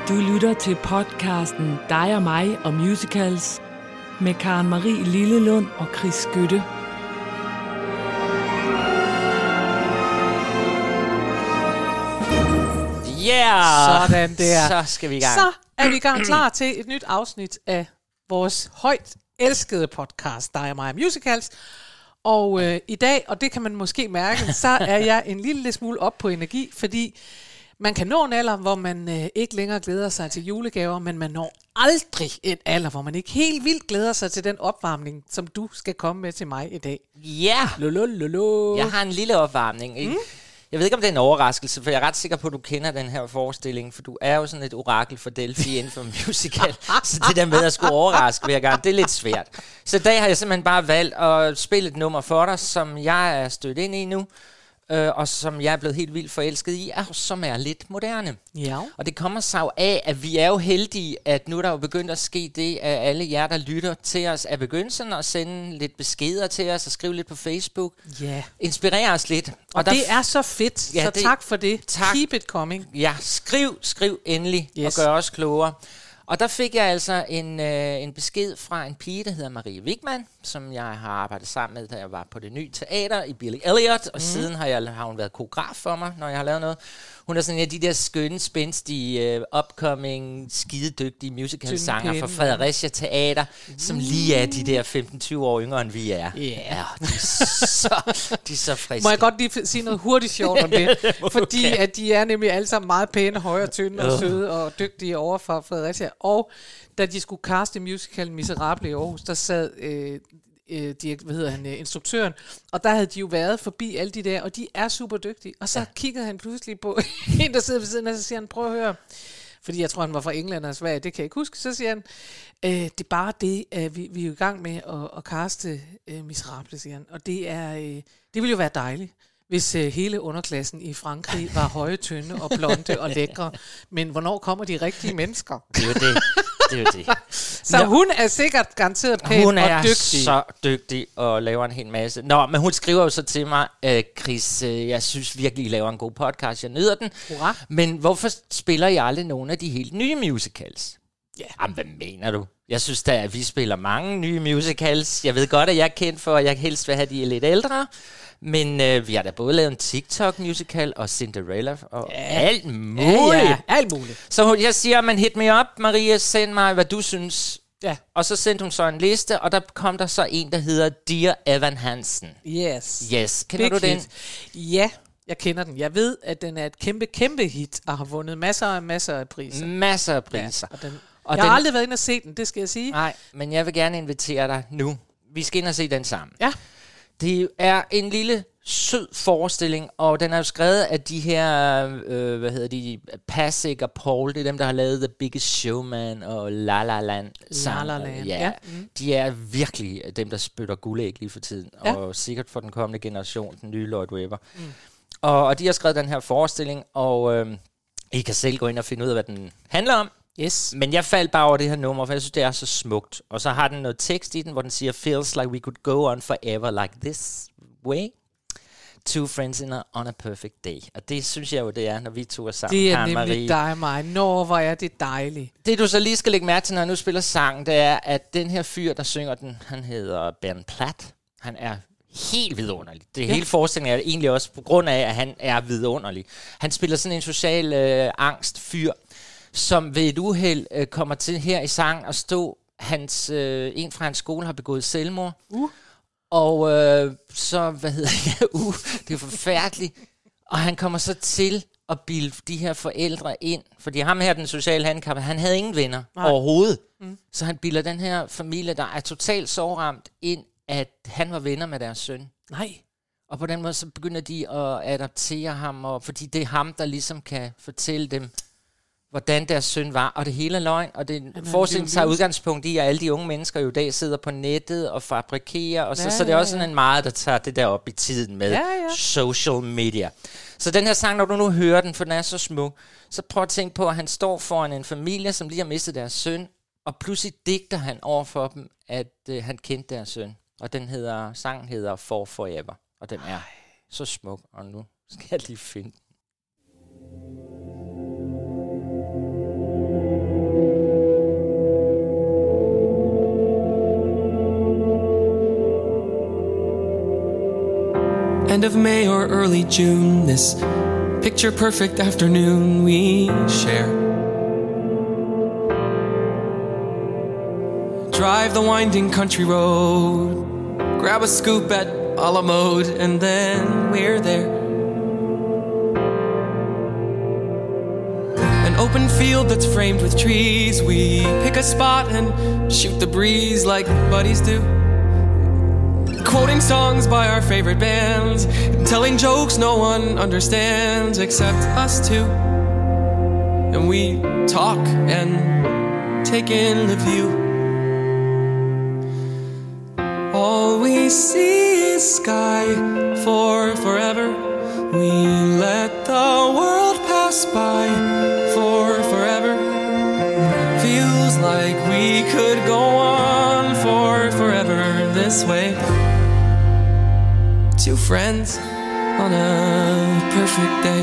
Du lytter til podcasten Dig og mig og musicals med Karen Marie Lillelund og Chris Skytte. Yeah! Sådan der. Så skal vi i gang. Så er vi i gang klar til et nyt afsnit af vores højt elskede podcast, Dig og mig og musicals. Og i dag, og det kan man måske mærke, så er jeg en lille smule op på energi, fordi man kan nå en alder, hvor man ikke længere glæder sig til julegaver, men man når aldrig en alder, hvor man ikke helt vildt glæder sig til den opvarmning, som du skal komme med til mig i dag. Ja! Lolololo. Jeg har en lille opvarmning, ikke? Jeg ved ikke, om det er en overraskelse, for jeg er ret sikker på, at du kender den her forestilling, for du er jo sådan et orakel for Delphi inden for musical, så det der med at skulle overraske hver gang, det er lidt svært. Så i dag har jeg simpelthen bare valgt at spille et nummer for dig, som jeg er stødt ind i nu, og som jeg er blevet helt vildt forelsket i, og som er lidt moderne. Ja. Og det kommer sig jo af, at vi er jo heldige, at nu er der jo begyndt at ske det, at alle jer, der lytter til os, er begyndt sådan at sende lidt beskeder til os og skrive lidt på Facebook. Ja. Inspirere os lidt. Og det er så fedt, Ja, så det- tak for det. tak. Keep it coming. Ja, skriv endelig, Yes. og gør os klogere. Og der fik jeg altså en besked fra en pige, der hedder Marie Wigman, som jeg har arbejdet sammen med, da jeg var på Det Nye Teater i Billy Elliot, og siden har hun været koreograf for mig, når jeg har lavet noget. Hun er sådan en af de der skønne, spændstige, upcoming, skidedygtige musical-sanger fra Fredericia Teater, som lige er de der 15-20 år yngre, end vi er. Yeah. Ja, de er så friske. Må jeg godt lige sige noget hurtigt sjovt om det? Fordi at de er nemlig alle sammen meget pæne, høje, tynde og søde og dygtige over fra Fredericia. Og da de skulle caste musical Miserable i Aarhus, der sad instruktøren, og der havde de jo været forbi alle de der, og de er super dygtige. Og så kiggede han pludselig på en, der sidder ved siden af, og så siger han, prøv at høre, fordi jeg tror, han var fra England og Sverige, det kan jeg ikke huske, så siger han, det er bare det, vi er jo i gang med at caste Miserable, siger han, og det vil jo være dejligt, hvis hele underklassen i Frankrig var høje, tynde og blonde og lækre. Men hvornår kommer de rigtige mennesker? Det er jo det. Det er jo det. Så hun er sikkert garanteret pæn Hun er og dygtig. så dygtig og laver en hel masse. Nå, men hun skriver jo så til mig, Chris, jeg synes virkelig, I laver en god podcast. Jeg nyder den. Hurra. Men hvorfor spiller I aldrig nogle af de helt nye musicals? Ja. Jamen, hvad mener du? Jeg synes da, at vi spiller mange nye musicals. Jeg ved godt, at jeg er kendt for, at jeg helst vil have de lidt ældre. Men vi har da både lavet en TikTok-musical og Cinderella og alt muligt. Ja, alt muligt. Så jeg siger, man hit me up, Maria, send mig, hvad du synes. Ja. Og så sendte hun så en liste, og der kom der så en, der hedder Dear Evan Hansen. Yes. Yes, kender Big du den? hit. Ja, jeg kender den. Jeg ved, at den er et kæmpe hit, og har vundet masser af priser. Masser af priser. Og den, Og jeg har den- aldrig været inde og se den, det skal jeg sige. Nej, men jeg vil gerne invitere dig nu. Vi skal ind og se den sammen. Ja. Det er en lille sød forestilling, og den er jo skrevet af de her, Pasek og Paul, det er dem, der har lavet The Biggest Showman og La La Land. La La Land, ja. De er virkelig dem, der spytter guldæg lige for tiden, Ja. og sikkert for den kommende generation, den nye Lloyd Webber. Og de har skrevet den her forestilling, og I kan selv gå ind og finde ud af, hvad den handler om. Yes. Men jeg faldt bare over det her nummer, for jeg synes, det er så smukt. Og så har den noget tekst i den, hvor den siger, feels like we could go on forever like this way. Two friends on a perfect day. Og det synes jeg jo, det er, når vi to er sammen. Det er Karen nemlig Marie. dig og mig. Nå, hvor er det dejligt. Det du så lige skal lægge mærke til, når jeg nu spiller sang, det er, at den her fyr, der synger den, han hedder Ben Platt. Han er helt vidunderlig. Det hele forestillingen er egentlig også på grund af, at han er vidunderlig. Han spiller sådan en social angst fyr, som ved et uheld kommer til her i sang at stå, en fra hans skole har begået selvmord. Og så, det er forfærdeligt. Og han kommer så til at bilde de her forældre ind, fordi ham her, den sociale handicap, han havde ingen venner overhovedet. Så han bilder den her familie, der er totalt sorgramt, ind, at han var venner med deres søn. Nej. Og på den måde, så begynder de at adoptere ham, og fordi det er ham, der ligesom kan fortælle dem, hvordan deres søn var, og det hele er løgn, og det forestillingen tager udgangspunkt i, at alle de unge mennesker jo i dag sidder på nettet og fabrikerer, og så det er også sådan en meget, der tager det der op i tiden med social media. Så den her sang, når du nu hører den, for den er så smuk, så prøv at tænke på, at han står foran en familie, som lige har mistet deres søn, og pludselig digter han over for dem, at han kendte deres søn. Og sangen hedder For Forever, og den er så smuk, og nu skal jeg lige finde den. end of May or early June, this picture perfect afternoon we share. Drive the winding country road, grab a scoop at a la mode, and then we're there. An open field that's framed with trees, we pick a spot and shoot the breeze like buddies do. Quoting songs by our favorite bands, telling jokes no one understands except us two. And we talk and take in the view. All we see is sky for forever. We let the world pass by for forever. Feels like we could go on for forever this way. Two friends on a perfect day.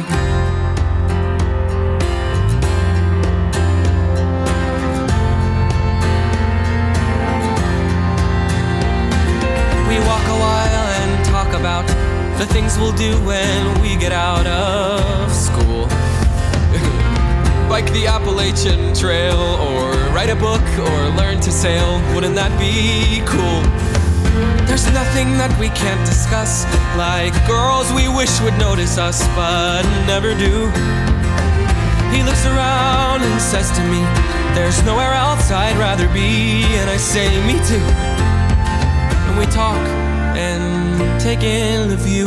We walk a while and talk about the things we'll do when we get out of school. Bike the Appalachian Trail, or write a book, or learn to sail. Wouldn't that be cool? There's nothing that we can't discuss, like girls we wish would notice us, but never do. He looks around and says to me, there's nowhere else I'd rather be, and I say, me too. And we talk and take in the view.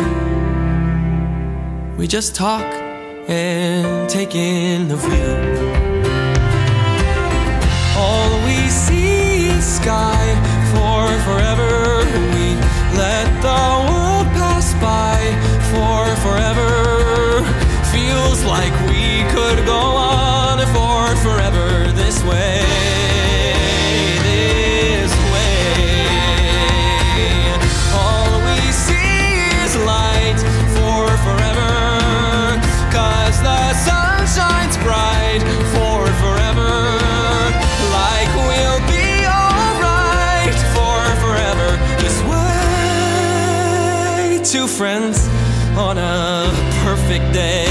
We just talk and take in the view. All we see is sky for forever. We let the world pass by for forever. Feels like we could go on for forever this way. This way. All we see is light for forever. 'Cause the sun shines bright for forever. Like we'll be alright for forever this way. Two friends on a perfect day.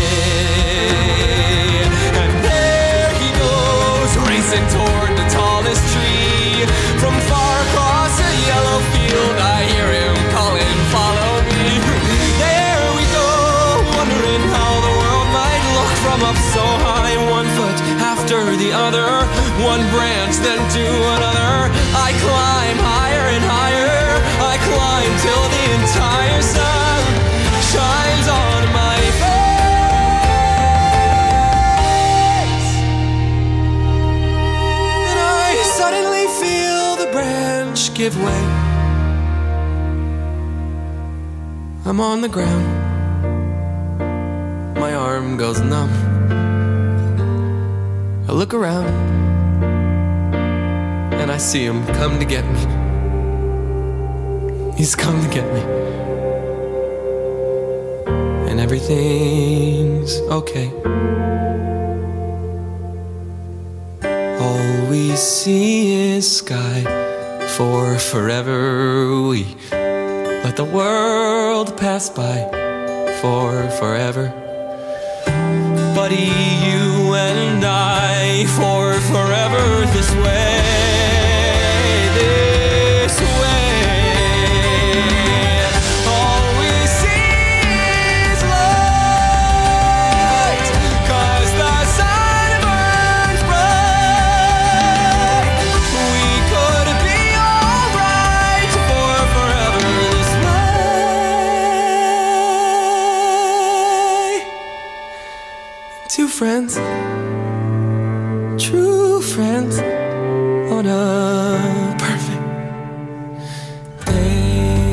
And there he goes, racing toward the tallest tree. From far across a yellow field, I hear him calling, follow me. There we go, wondering how the world might look from up so high. One foot after the other, one branch then to another. I climb higher and higher. I climb till the entire sun shines on my face. And I suddenly feel the branch give way. I'm on the ground. My arm goes numb. I look around and I see him come to get me. He's come to get me. And everything's okay. All we see is sky for forever. We let the world pass by for forever. Buddy, you and I for forever this way. This way. All we see is light, 'cause the sun burns bright. We could be alright for forever this way. Two friends, true friends, on a perfect day.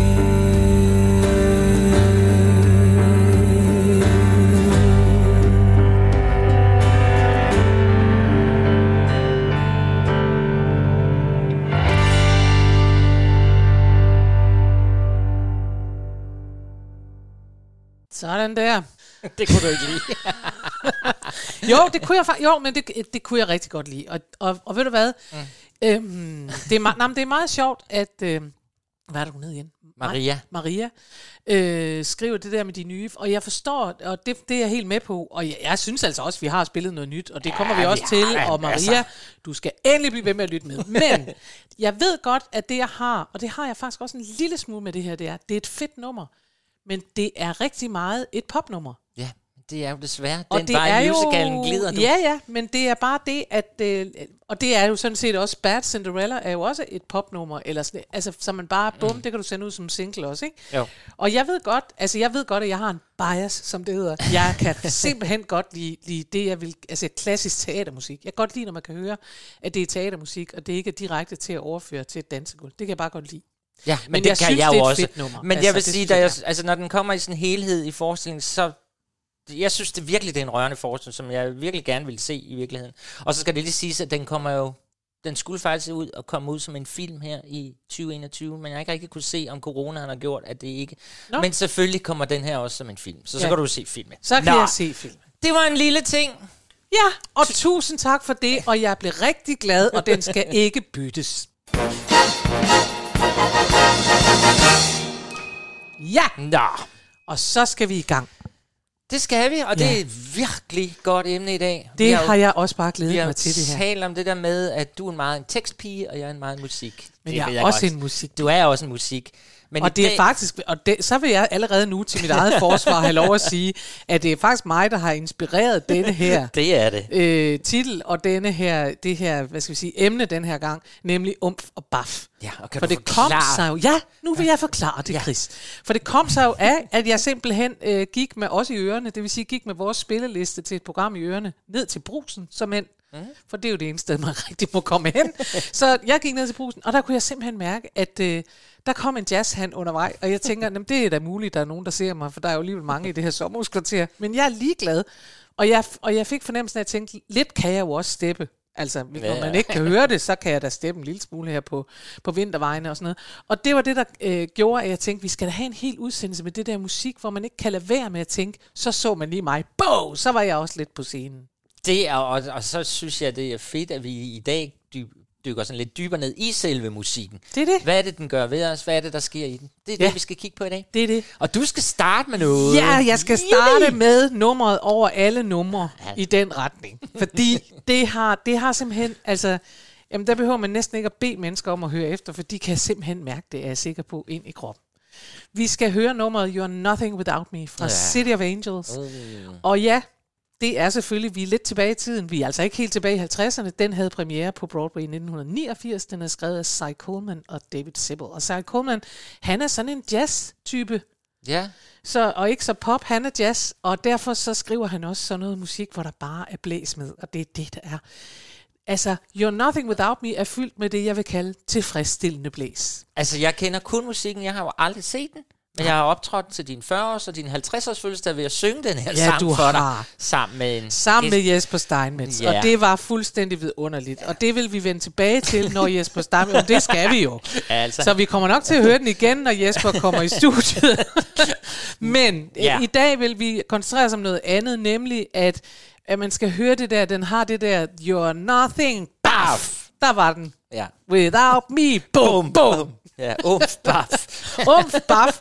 Sådan der. Det kunne du ikke lide. Jo, det kunne jeg jo, men det kunne jeg rigtig godt lide. Og ved du hvad? Det er meget sjovt, at hvad er det, hun hed igen? Maria. Skriver det der med de nye, og jeg forstår, og det er jeg helt med på, og jeg synes altså også, at vi har spillet noget nyt, og det kommer vi også til, og Maria, du skal endelig blive ved med at lytte med. Men jeg ved godt, at det jeg har, og det har jeg faktisk også en lille smule med det her, det er et fedt nummer, men det er rigtig meget et popnummer. Ja, det er jo desværre og den det vej er musicalen glider du. Ja, men det er bare det, at og det er jo sådan set også Bad Cinderella er jo også et popnummer, eller sådan, altså så man bare bum, det kan du sende ud som single også, ikke? Jo. Og jeg ved godt, at jeg har en bias, som det hedder. Jeg kan simpelthen godt lide det, jeg vil, altså klassisk teatermusik. Jeg kan godt lide, når man kan høre, at det er teatermusik, og det ikke er direkte til at overføre til et dansegulv. Det kan jeg bare godt lide. Ja, men det jeg kan synes, jeg det jo er et også. fedt nummer. Men altså, jeg vil sige, når den kommer i sådan en helhed i forestillingen, så jeg synes det virkelig, det er en rørende forestilling, som jeg virkelig gerne vil se i virkeligheden. Og så skal det lige siges, at den skulle faktisk ud og komme ud som en film her i 2021, men jeg har ikke rigtig kunne se, om coronaen har gjort, at det ikke. Nå. Men selvfølgelig kommer den her også som en film, så kan du se filmen. Så kan jeg se filmen. Det var en lille ting. Ja, og tusind tak for det, og jeg blev rigtig glad, og den skal ikke byttes. Ja! Nå. Og så skal vi i gang. Det skal vi, og det er et virkelig godt emne i dag. Det har jeg også bare glædet mig til det her. Vi har talt om det der med, at du er meget en tekstpige, og jeg er en meget musik. Men jeg er også en musik. Du er også en musik. Men og det er faktisk, så vil jeg allerede nu til mit eget forsvar have lov at sige, at det er faktisk mig, der har inspireret denne her det er det. Titel og det her, hvad skal vi sige, emne den her gang, nemlig umf og baf. Ja, og kan for du det kom sig jo, nu vil jeg forklare det, Chris. For det kom sig jo af, at jeg simpelthen gik med os i ørerne, det vil sige gik med vores spilleliste til et program i ørerne, ned til Brugsen som end. For det er jo det eneste sted, man rigtig må komme hen. Så jeg gik ned til Brugsen, og der kunne jeg simpelthen mærke, at der kom en jazzhand undervej, og jeg tænker, det er da muligt, der er nogen, der ser mig, for der er jo alligevel mange i det her sommerhuskvarter. Men jeg er ligeglad, og jeg fik fornemmelsen af, at jeg tænkte, lidt kan jeg jo også steppe. Altså, når man ikke kan høre det, så kan jeg da steppe en lille smule her på vintervejene og sådan noget. Og det var det, der gjorde, at jeg tænkte, vi skal da have en hel udsendelse med det der musik, hvor man ikke kan lade være med at tænke, så man lige mig. Boom! Så var jeg også lidt på scenen. Det er, og så synes jeg, det er fedt, at vi i dag dykker sådan lidt dybere ned i selve musikken. Det er det. Hvad er det, den gør ved os? Hvad er det, der sker i den? Det er det, vi skal kigge på i dag. Det er det. Og du skal starte med noget. Ja, jeg skal starte med nummeret over alle numre i den retning. Fordi det har simpelthen, altså, jamen der behøver man næsten ikke at bede mennesker om at høre efter, for de kan simpelthen mærke det, er jeg sikker på, ind i kroppen. Vi skal høre nummeret You're Nothing Without Me fra City of Angels. Og ja, det er selvfølgelig, vi er lidt tilbage i tiden. Vi er altså ikke helt tilbage i 50'erne. Den havde premiere på Broadway i 1989. Den er skrevet af Cy Coleman og David Sibbel. Og Cy Coleman, han er sådan en jazz-type. Ja. Og ikke så pop, han er jazz. Og derfor så skriver han også sådan noget musik, hvor der bare er blæs med. Og det er det, der er. Altså, You're Nothing Without Me er fyldt med det, jeg vil kalde tilfredsstillende blæs. Altså, jeg kender kun musikken. Jeg har jo aldrig set den. Men jeg har optrådt til din 40-års og din 50-års fødselsdag ved at synge den her sang for dig. Sammen med Jesper Steinmetz. Og det var fuldstændig vidunderligt. Og det vil vi vende tilbage til, når Jesper Steinmetz... Og det skal vi jo. Altså. Så vi kommer nok til at høre den igen, når Jesper kommer i studiet. Men i dag vil vi koncentrere os om noget andet, nemlig at man skal høre det der, den har det der You're Nothing, baf! Der var den. Ja. Without me, boom, boom. Ja, baf. Baf.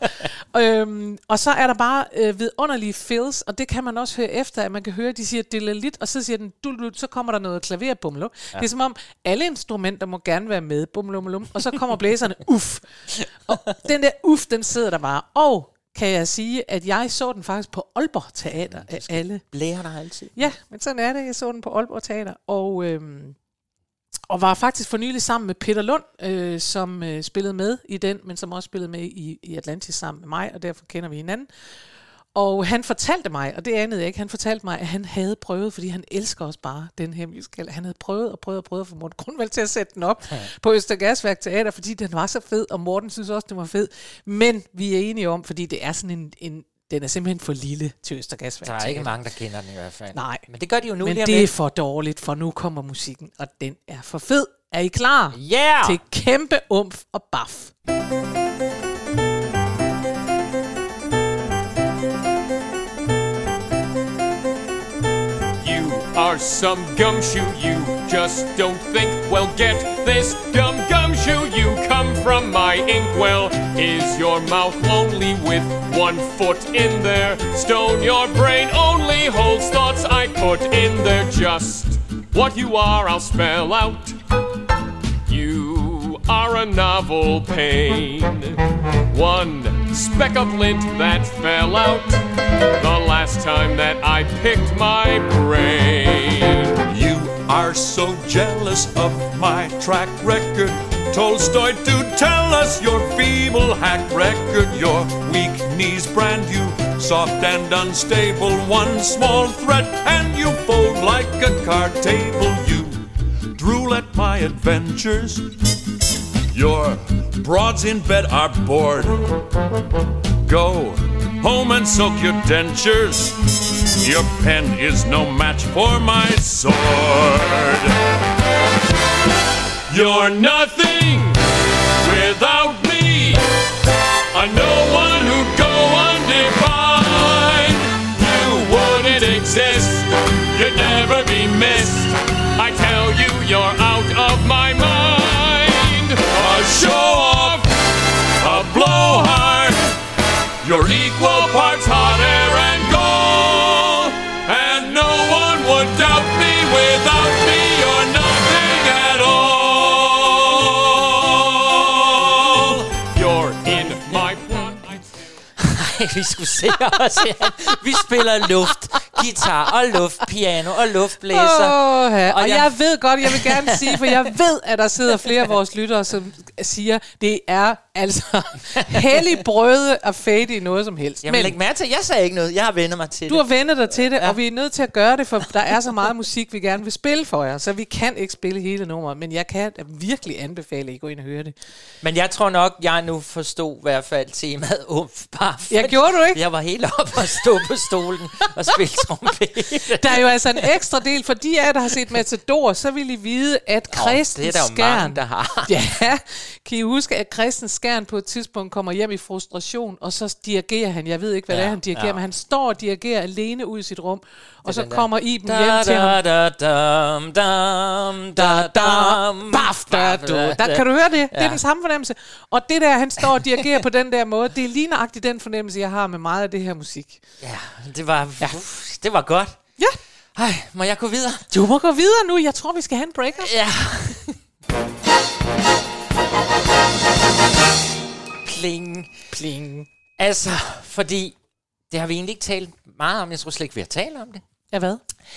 Og så er der bare vidunderlige fills, og det kan man også høre efter, at man kan høre, de siger dillelit, og så siger den dullut, så kommer der noget klaver, bumlum. Ja. Det er som om, alle instrumenter må gerne være med, bumlum, og så kommer blæserne, uff. Og den der uff, den sidder der bare. Og kan jeg sige, at jeg så den faktisk på Aalborg Teater af alle. Blærer der altid. Ja, men sådan er det. Jeg så den på Aalborg Teater, og var faktisk for nylig sammen med Peter Lund, som spillede med i den, men som også spillede med i Atlantis sammen med mig, og derfor kender vi hinanden. Og han fortalte mig, og det anede jeg ikke, han fortalte mig, at han havde prøvet, fordi han elsker også bare den her musical, han havde prøvet at få Morten Grundvald til at sætte den op på Østergasværk Teater, fordi den var så fed, og Morten synes også, den var fed. Men vi er enige om, fordi det er sådan den er simpelthen for lille til Østergasværk Teater. Der er ikke mange, der kender den i hvert fald. Nej. Men det gør de jo nu. Men det er for dårligt, for nu kommer musikken, og den er for fed. Er I klar? Yeah! Til kæmpe umf og baf. You are are some gumshoe. You just don't think, well, get this gumshoe. You come from my inkwell. Is your mouth lonely with 1 foot in there? Stone, your brain only holds thoughts I put in there. Just what you are, I'll spell out. You are a novel pain. 1 speck of lint that fell out the last time that I picked my brain. You are so jealous of my track record. Tolstoy to tell us your feeble hack record. Your weak knees brand you soft and unstable. 1 small threat and you fold like a card table. You drool at my adventures. Your broads in bed are bored. Go home and soak your dentures. Your pen is no match for my sword. You're nothing without me. A no one who'd go undefined. You wouldn't exist. You'd never be missed. I tell you, you're out of my mind. A show off, a blowhard. You're equal parts hot air and gold. And no one would doubt me without me. You're nothing at all. You're in my blood. Vi skulle se os her. Vi spiller luft, guitar og luft, piano og luftblæser. Og jeg ved godt, jeg vil gerne sige, for jeg ved, at der sidder flere af vores lyttere, som siger, det er altså hellig brøde af fade i noget som helst. Jeg vil lægge mærke til, jeg sagde ikke noget. Jeg har vendt mig til Du det. har vendt dig til det, og vi er nødt til at gøre det, for der er så meget musik, vi gerne vil spille for jer, så vi kan ikke spille hele nummeret, men jeg kan virkelig anbefale, at I går ind og hører det. Men jeg tror nok, jeg nu forstod i hvert fald temaet bare. Jeg gjorde du ikke? Jeg var helt oppe og stå på stolen og spille trompet. Der er jo altså en ekstra del, for de af jer, der har set Matador, så vil I vide, at Christen det er der jo Skjern... mange, der har. Ja, kan I huske, at Christen Skjern på et tidspunkt kommer hjem i frustration, og så dirigerer han, jeg ved ikke, hvad det er, han dirigerer, men han står og dirigerer alene ud i sit rum, og så kommer Iben hjem til ham. Der kan du høre det? Det er den samme fornemmelse. Og det der, han står og dirigerer på den der måde, det er lige nøjagtigt den fornemmelse, jeg har med meget af det her musik. Ja, det var godt. Ja. Ej, må jeg gå videre? Du må gå videre nu. Jeg tror, vi skal have en breaker. Ja. Pling. Pling. Altså, fordi det har vi egentlig ikke talt meget om. Jeg tror slet ikke, vi har talt om det. Ja, hvad?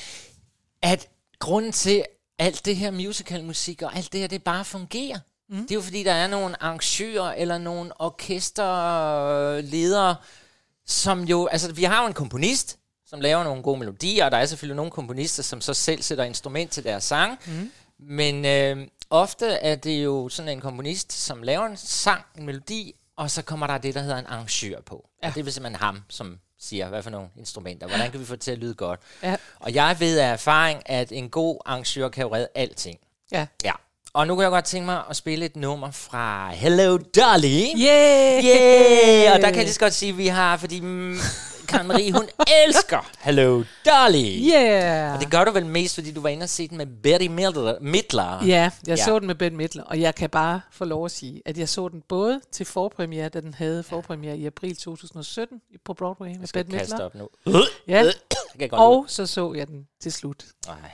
At grunden til alt det her musicalmusik og alt det her, det bare fungerer. Det er jo fordi, der er nogle arrangører eller nogle orkesterledere, som jo... Altså, vi har jo en komponist, som laver nogle gode melodier, og der er selvfølgelig nogle komponister, som så selv sætter instrument til deres sang. Men ofte er det jo sådan en komponist, som laver en sang, en melodi, og så kommer der det, der hedder en arrangør på. Ja. Og det er simpelthen ham, som siger, hvad for nogle instrumenter, hvordan kan vi få det til at lyde godt. Ja. Og jeg ved af erfaring, at en god arrangør kan jo redde alting. Ja. Ja. Og nu kan jeg godt tænke mig at spille et nummer fra Hello Dolly. Yeah! Yeah! Og der kan jeg lige så godt sige, at vi har, fordi Karen Marie, hun elsker Hello Dolly. Yeah! Og det gør du vel mest, fordi du var inde og se den med Bette Midler. Ja, jeg så den med Bette Midler, og jeg kan bare få lov at sige, at jeg så den både til forpremiere, da den havde forpremiere i april 2017 på Broadway med Bette Midler. Op nu. Ja, og så jeg den til slut.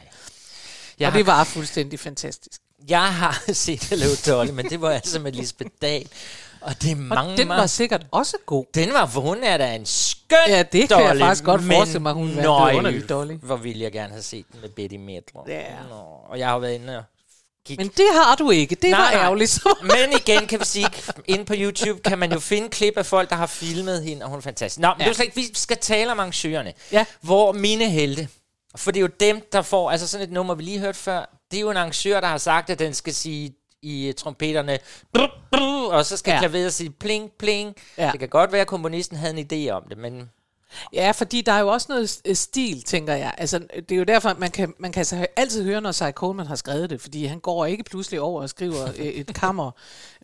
Og det var fuldstændig fantastisk. Jeg har set Hello Dolly, men det var altså med Lisbeth Dahl. Og det er mange, og den var sikkert også god. Den var, for hun er da en skøn Ja, det kan Dolly, jeg faktisk godt forestille mig, hun var en underlig Dolly. Hvor ville jeg gerne have set den med Bette Midler. Ja. Og jeg har været inde og Men det har du ikke. Det var ærgerligt. Men igen kan vi sige, inde på YouTube kan man jo finde klip af folk, der har filmet hende, og hun er fantastisk. Nå, men det er jo slet ikke, vi skal tale om arrangørerne. Ja. Hvor mine helte, for det er jo dem, der får, altså sådan et nummer, vi lige hørte før, det er jo en arrangør, der har sagt, at den skal sige i trompeterne, og så skal klaveret sige pling, pling. Ja. Det kan godt være, at komponisten havde en idé om det, men... Ja, fordi der er jo også noget stil, tænker jeg. Altså, det er jo derfor, man kan så altid høre, når Cy Coleman har skrevet det, fordi han går ikke pludselig over og skriver et kammer,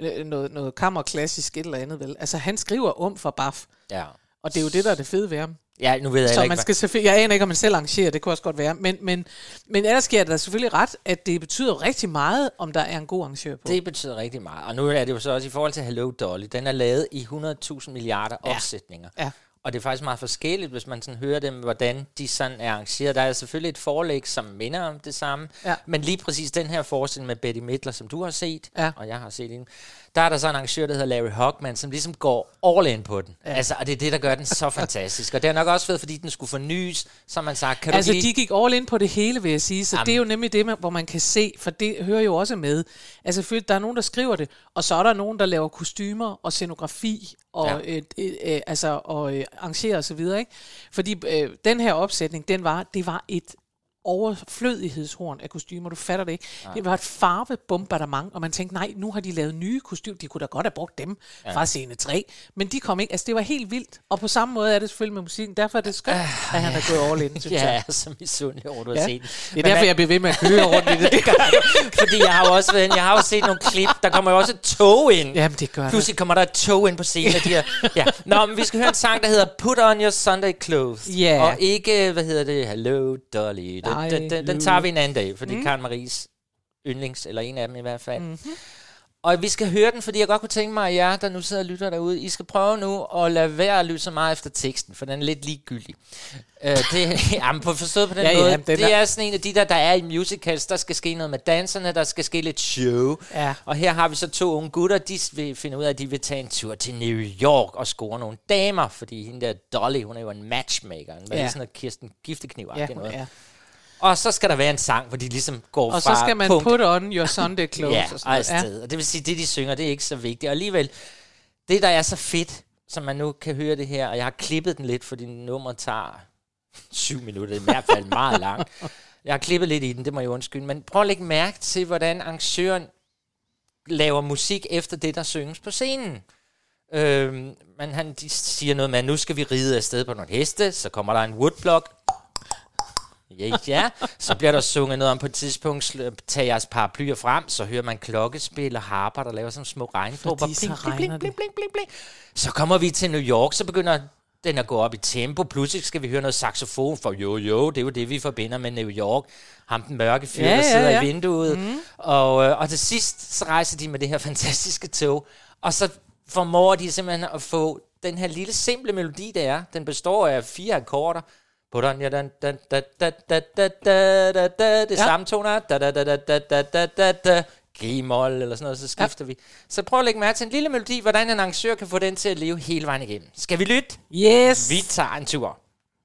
noget kammerklassisk et eller andet, vel? Altså, han skriver for baf. Ja. Og det er jo det, der er det fede ved ham. Ja, nu ved jeg så ikke, man skal selvfølgelig, jeg aner ikke, om man selv arrangerer, det kunne også godt være. Men ellers sker der selvfølgelig ret, at det betyder rigtig meget, om der er en god arrangør på. Det betyder rigtig meget. Og nu er det jo så også i forhold til Hello Dolly. Den er lavet i 100.000 milliarder opsætninger. Ja. Og det er faktisk meget forskelligt, hvis man sådan hører dem, hvordan de sådan er arrangeret. Der er selvfølgelig et forlæg, som minder om det samme. Ja. Men lige præcis den her forestilling med Bette Midler, som du har set, og jeg har set den, der er der så en arrangør, der hedder Larry Hogman, som ligesom går all in på den. Ja. Altså, og det er det, der gør den så fantastisk. Og det er nok også fedt, fordi den skulle fornyes, som man sagt. Kan altså, du de gik all in på det hele, vil jeg sige. Så det er jo nemlig det, hvor man kan se, for det hører jo også med. Altså, selvfølgelig, der er nogen, der skriver det, og så er der nogen, der laver kostymer og scenografi og, og arrangerer og så videre, ikke? Fordi den her opsætning, det var et overflødighedshorn af kostymer, du fatter det ikke. Nej. Det var et farvebombardement, og man tænkte, nej, nu har de lavet nye kostymer, de kunne da godt have brugt dem fra scene 3, men de kom ikke, altså det var helt vildt, og på samme måde er det selvfølgelig med musikken, derfor er det skønt, at han er gået all in, synes jeg. Ja, jeg er så misundelig over, du har set den. Det er derfor, jeg bliver ved med at køre rundt i det. Det gør du, fordi jeg har jo også jeg har jo set nogle klip, der kommer jo også et tog ind. Jamen, det gør pludselig kommer der et tog ind på scenen af de her. Ja. Nå, men vi skal høre en sang, der hedder Put On Your Sunday Clothes. Yeah. Og ikke, Hello Dolly. Den tager vi en anden dag, for det er Karen Maries yndlings, eller en af dem i hvert fald. Mm-hmm. Og vi skal høre den, fordi jeg godt kunne tænke mig, at jer, der nu sidder og lytter derude, I skal prøve nu at lade være at lytte så meget efter teksten, for den er lidt ligegyldig. Forstået på den måde, det er sådan en af de der er i musicals, der skal ske noget med danserne, der skal ske lidt show. Ja. Og her har vi så 2 unge gutter, de vil finde ud af, at de vil tage en tur til New York og score nogle damer, fordi hende der Dolly, hun er jo en matchmaker, med sådan noget Kirsten Giftekniv-agtigt noget. Ja. Og så skal der være en sang, hvor de ligesom går fra og så skal man put on your Sunday clothes. Og sådan og det vil sige, det de synger, det er ikke så vigtigt. Og alligevel, det der er så fedt, som man nu kan høre det her, og jeg har klippet den lidt, fordi nummeret tager 7 minutter, i hvert fald meget langt. Jeg har klippet lidt i den, det må jeg undskylde. Men prøv at lægge mærke til, hvordan arrangøren laver musik efter det, der synges på scenen. De siger noget med, at nu skal vi ride afsted på nogle heste, så kommer der en woodblock. Ja, så bliver der sunget noget om på et tidspunkt, tag jeres paraplyer frem, så hører man klokkespil og harper, der laver sådan små regndråber. Så kommer vi til New York, så begynder den at gå op i tempo. Pludselig skal vi høre noget saxofon, for jo, det er jo det, vi forbinder med New York. Ham den mørke fyr, der sidder i vinduet. Mm. Og til sidst, så rejser de med det her fantastiske tog, og så formår de simpelthen at få den her lille simple melodi, der er. Den består af 4 akkorder. Put on your det er samme toner, G-mol eller sådan noget, så skifter vi. Så prøv at lægge mærke til en lille melodi, hvordan en arrangør kan få den til at leve hele vejen igennem. Skal vi lytte? Yes! Vi tager en tur.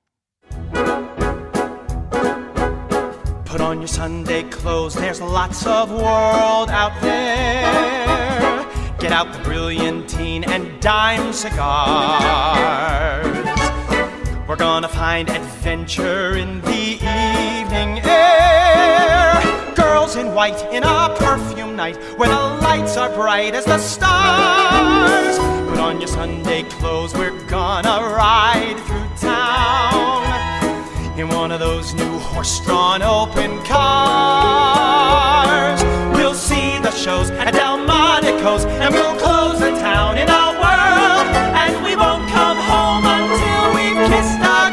Put on your Sunday clothes, there's lots of world out there. Get out the brilliantine and dime cigars. We're gonna find adventure in the evening air. Girls in white in a perfume night where the lights are bright as the stars. Put on your Sunday clothes, we're gonna ride through town in one of those new horse-drawn open cars. We'll see the shows at Delmonico's and we'll close the town in a whirl, and we won't come home until we've kissed a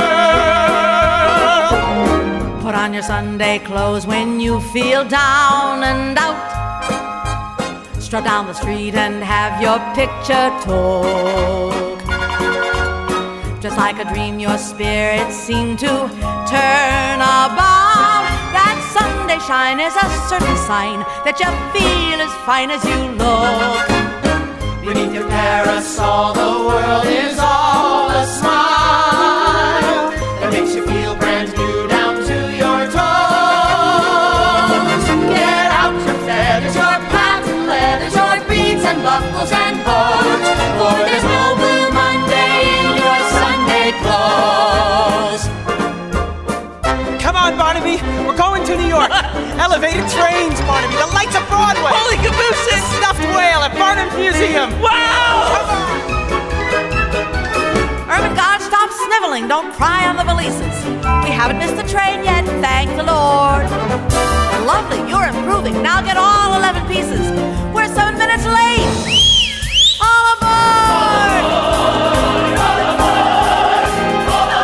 girl. Put on your Sunday clothes when you feel down and out. Strut down the street and have your picture took. Just like a dream, your spirits seem to turn about. That Sunday shine is a certain sign that you feel as fine as you look. Beneath your parasol, the world is all a smile that makes you feel brand new down to your toes. Get out your feathers, your patent leathers, your beads and buckles and bows, for there's no blue Monday in your Sunday clothes. Come on, Barnaby, we're going to New York. Elevated trains, Barnaby, the lights of Broadway. Holy cabooses! Stuffed whale at Barnum's Museum. Wow! Come on! Ermengarde, stop sniveling. Don't cry on the valises. We haven't missed the train yet, thank the Lord. Lovely, you're improving. Now get all 11 pieces. We're 7 minutes late. All aboard! All aboard! All aboard!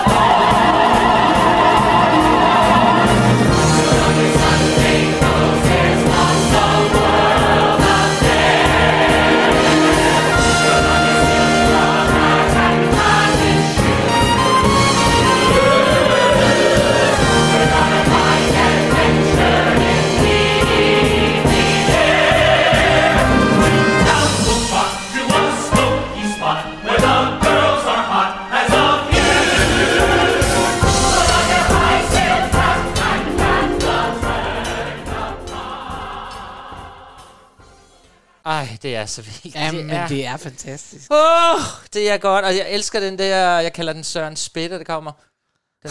det er så vildt. Jamen, det er fantastisk. Det er godt, og jeg elsker den der, jeg kalder den Søren Spætte, der kommer. Den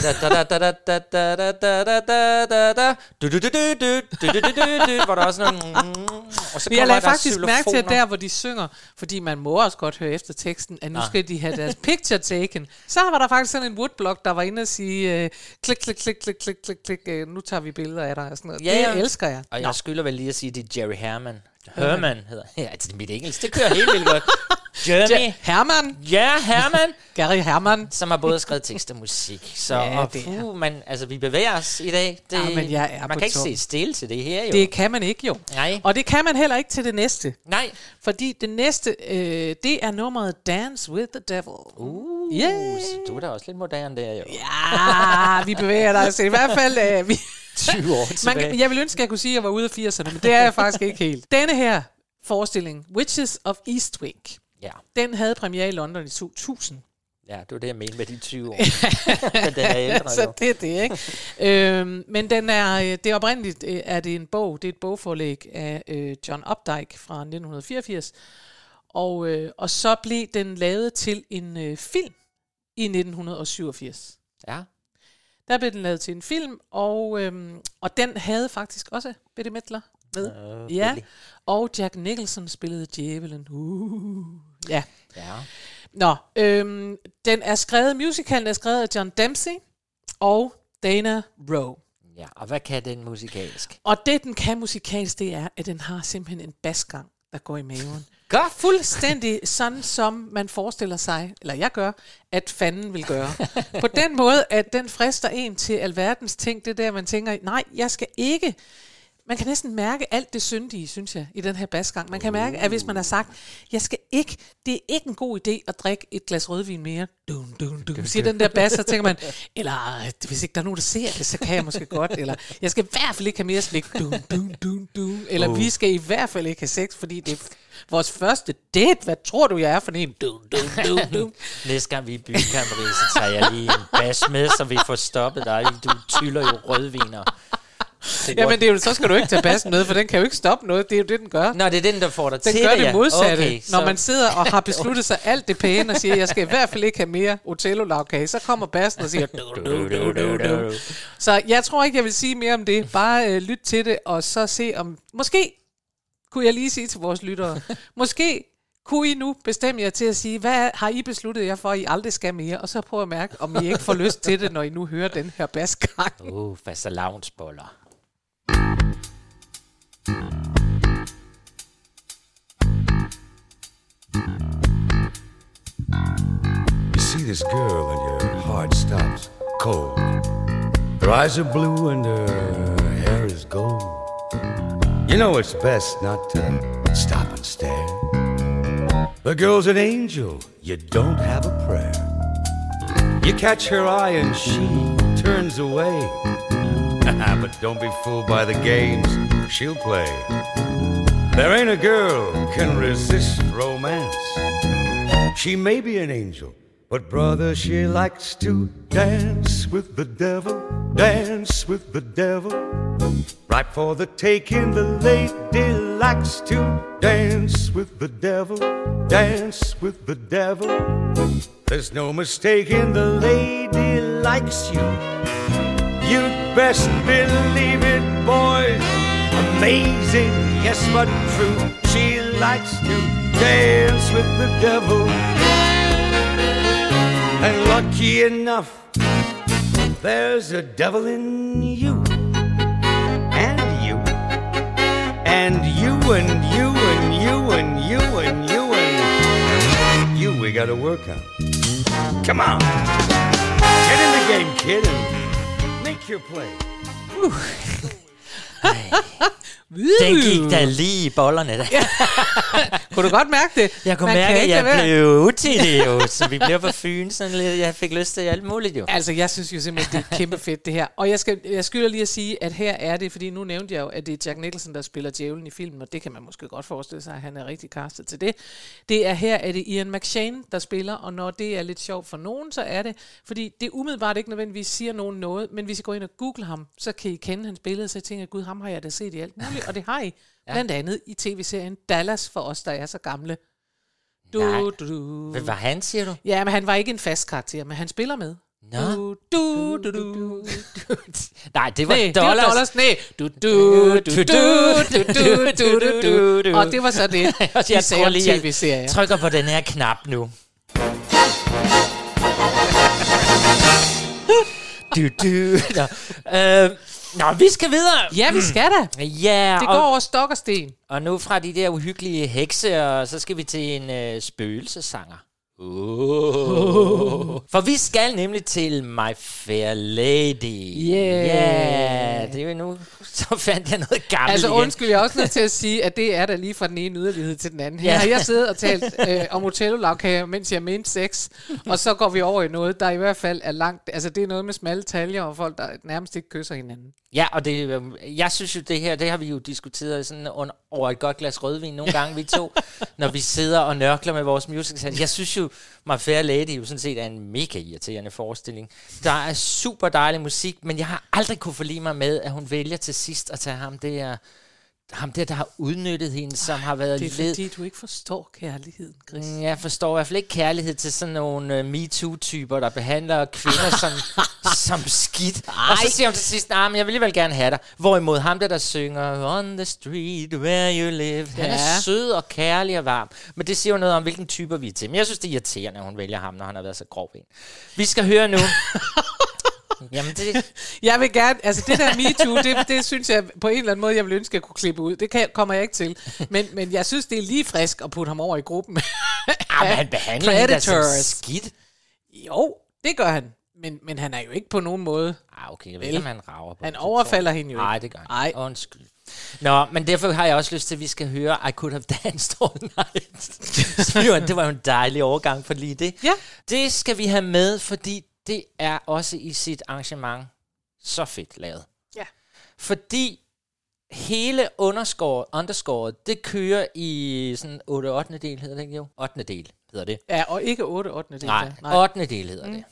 der hvor der også noget. Jeg lagde faktisk mærke til, at der, hvor de synger, fordi man må også godt høre efter teksten, at nu skal de have deres picture taken. Så var der faktisk sådan en woodblock, der var inde og sige, klik, klik, klik, klik, klik, klik, klik, nu tager vi billeder af dig og sådan noget. Ja, det elsker jeg. Og jeg skylder vel lige at sige, at det er Jerry Herman hedder. Ja, det er mit engelsk, det kører helt vildt godt. Herman. Ja, Herman. Gary Herman. Som har både skrevet tekst og musik. Så vi bevæger os i dag. Men man kan ikke se stille til det her, jo. Det kan man ikke, jo. Nej. Og det kan man heller ikke til det næste. Nej. Fordi det næste, det er nummeret Dance with the Devil. Så du er da også lidt moderne der, jo. Ja, vi bevæger dig. Så i hvert fald... 20 år tilbage. Jeg vil ønske, at jeg kunne sige, at jeg var ude af 80'erne, men det er jeg faktisk ikke helt. Denne her forestilling, Witches of Eastwick, den havde premiere i London i 2000. Ja, det var det, jeg mente med de 20 år. Men den er ældre, så det er det, ikke? Men den er, det oprindeligt er det en bog, det er et bogforlæg af John Updike fra 1984, og så blev den lavet til en film i 1987. Ja. Der blev den lavet til en film, og den havde faktisk også Bette Midler med. Ja, og Jack Nicholson spillede djævelen. Ja. Nå, den er skrevet, musicalen er skrevet af John Dempsey og Dana Rowe. Ja, og hvad kan den musikalsk? Og det, den kan musikalsk, det er, at den har simpelthen en basgang, der går i maven. Godt. Fuldstændig sådan, som man forestiller sig, eller jeg gør, at fanden vil gøre. På den måde, at den frister en til alverdens ting, det der, man tænker, nej, jeg skal ikke. Man kan næsten mærke alt det syndige, synes jeg, i den her basgang. Man kan mærke, at hvis man har sagt, det er ikke en god idé at drikke et glas rødvin mere. Siger den der bas, så tænker man, eller hvis ikke der er nogen, der ser det, så kan jeg måske godt. Eller jeg skal i hvert fald ikke have mere slik. Eller vi skal i hvert fald ikke have sex, fordi det er vores første date. Hvad tror du, jeg er for en? Næste gang vi er i byen, så tager jeg lige en bas med, så vi får stoppet dig. Du tyller jo rødviner. Jamen, så skal du ikke tage bassen med, for den kan jo ikke stoppe noget. Det er jo det, den gør. Nå, det er den, der får dig til det. Den gør det modsatte. Okay, når man sidder og har besluttet sig alt det pæne og siger, jeg skal i hvert fald ikke have mere Otello-lavkage, så kommer bassen og siger Så jeg tror ikke, jeg vil sige mere om det. Bare lyt til det, og så se om... Måske kunne jeg lige sige til vores lyttere, måske kunne I nu bestemme jer til at sige, hvad har I besluttet jer for, at I aldrig skal mere? Og så prøv at mærke, om I ikke får lyst til det, når I nu hører den her basgang. Fastelavnsboller. You see this girl and your heart stops cold. Her eyes are blue and her hair is gold. You know it's best not to stop and stare. The girl's an angel, you don't have a prayer. You catch her eye and she turns away. But don't be fooled by the games she'll play. There ain't a girl can resist romance. She may be an angel, but brother, she likes to dance with the devil, dance with the devil. Right for the taking, the lady likes to dance with the devil, dance with the devil. There's no mistaking, the lady likes you. You'd best believe it, boys. Amazing, yes, but true. She likes to dance with the devil. And lucky enough, there's a devil in you. And you. And you and you and you and you and you and you we gotta work on. Come on. Get in the game, kid, and make your play. Den gik da lige i bollerne der. Kunne du godt mærke det? Jeg kunne mærke, at jeg blev utidig jo. Så vi blev på Fyn sådan lidt. Jeg fik lyst til alt muligt jo. Altså jeg synes jo simpelthen, det er kæmpe fedt det her. Og jeg skylder lige at sige, at her er det, fordi nu nævnte jeg jo, at det er Jack Nicholson, der spiller djævlen i filmen, og det kan man måske godt forestille sig, at han er rigtig castet til det. Her er det Ian McShane, der spiller, og når det er lidt sjovt for nogen, så er det, fordi det umiddelbart ikke nødvendigvis siger nogen noget, men hvis I går ind og googler ham, så kan I kende hans billede, så jeg tænker, gud, ham har jeg da set i alt muligt, og det har I blandt andet i tv-serien Dallas, for os, der er så gamle. Hvad var han, siger du? Ja, men han var ikke en fast karakter, men han spiller med. Nå. Nej, det Nej, var Dollars. det var Dollars. Nej. Og det var så det, jeg tror lige, tv-serier. Trykker på den her knap nu. Nå, vi skal videre. Ja, vi skal da. Ja, det går over stok og sten. Og nu fra de der uhyggelige hekse, og så skal vi til en spøgelsesanger. For vi skal nemlig til My Fair Lady. Yeah. Det er jo nu, så fandt jeg noget gammelt altså igen. undskyld, jeg er også nødt til at sige, at det er da lige fra den ene yderlighed til den anden. Her har jeg siddet og talt om Otello-lavkager, mens jeg mente sex, og så går vi over i noget, der i hvert fald er langt, altså det er noget med smalle taljer og folk, der nærmest ikke kysser hinanden. Ja, og det, jeg synes jo det her, det har vi jo diskuteret sådan over et godt glas rødvin nogle gange, vi to, når vi sidder og nørkler med vores musicals. Jeg synes jo, My Fair Lady jo sådan set er en mega irriterende forestilling. Der er super dejlig musik, men jeg har aldrig kunne forlige mig med, at hun vælger til sidst at tage ham der har udnyttet hende, som har været det er fordi, du ikke forstår kærligheden, Chris. Jeg forstår i hvert fald ikke kærlighed til sådan nogle MeToo-typer, der behandler kvinder som skidt. Og så siger hun til sidst, men jeg vil alligevel gerne have dig. Hvorimod ham der synger On the street where you live, han er sød og kærlig og varm. Men det siger jo noget om, hvilken typer vi er til. Men jeg synes, det er irriterende, at hun vælger ham, når han har været så grov en. Vi skal høre nu. Jamen det... Jeg vil gerne, altså det der MeToo, det synes jeg på en eller anden måde, jeg vil ønske, at jeg kunne klippe ud. Det kommer jeg ikke til. Men jeg synes, det er lige frisk at putte ham over i gruppen. Men han behandler hende som skidt. Jo, det gør han. Men han er jo ikke på nogen måde. Okay, jeg ved ikke, om han rager på. Han overfalder hende jo ikke. Nej, det gør han. Undskyld. Nå, men derfor har jeg også lyst til, at vi skal høre I Could Have Danced All Night. Det var jo en dejlig overgang for lige det. Ja. Det skal vi have med, fordi det er også i sit arrangement så fedt lavet. Ja. Fordi hele underscoret, det kører i sådan 8/8 del, hedder det ikke jo? 8. del hedder det. Ja, og ikke 8/8 del. Nej, 8. del hedder det.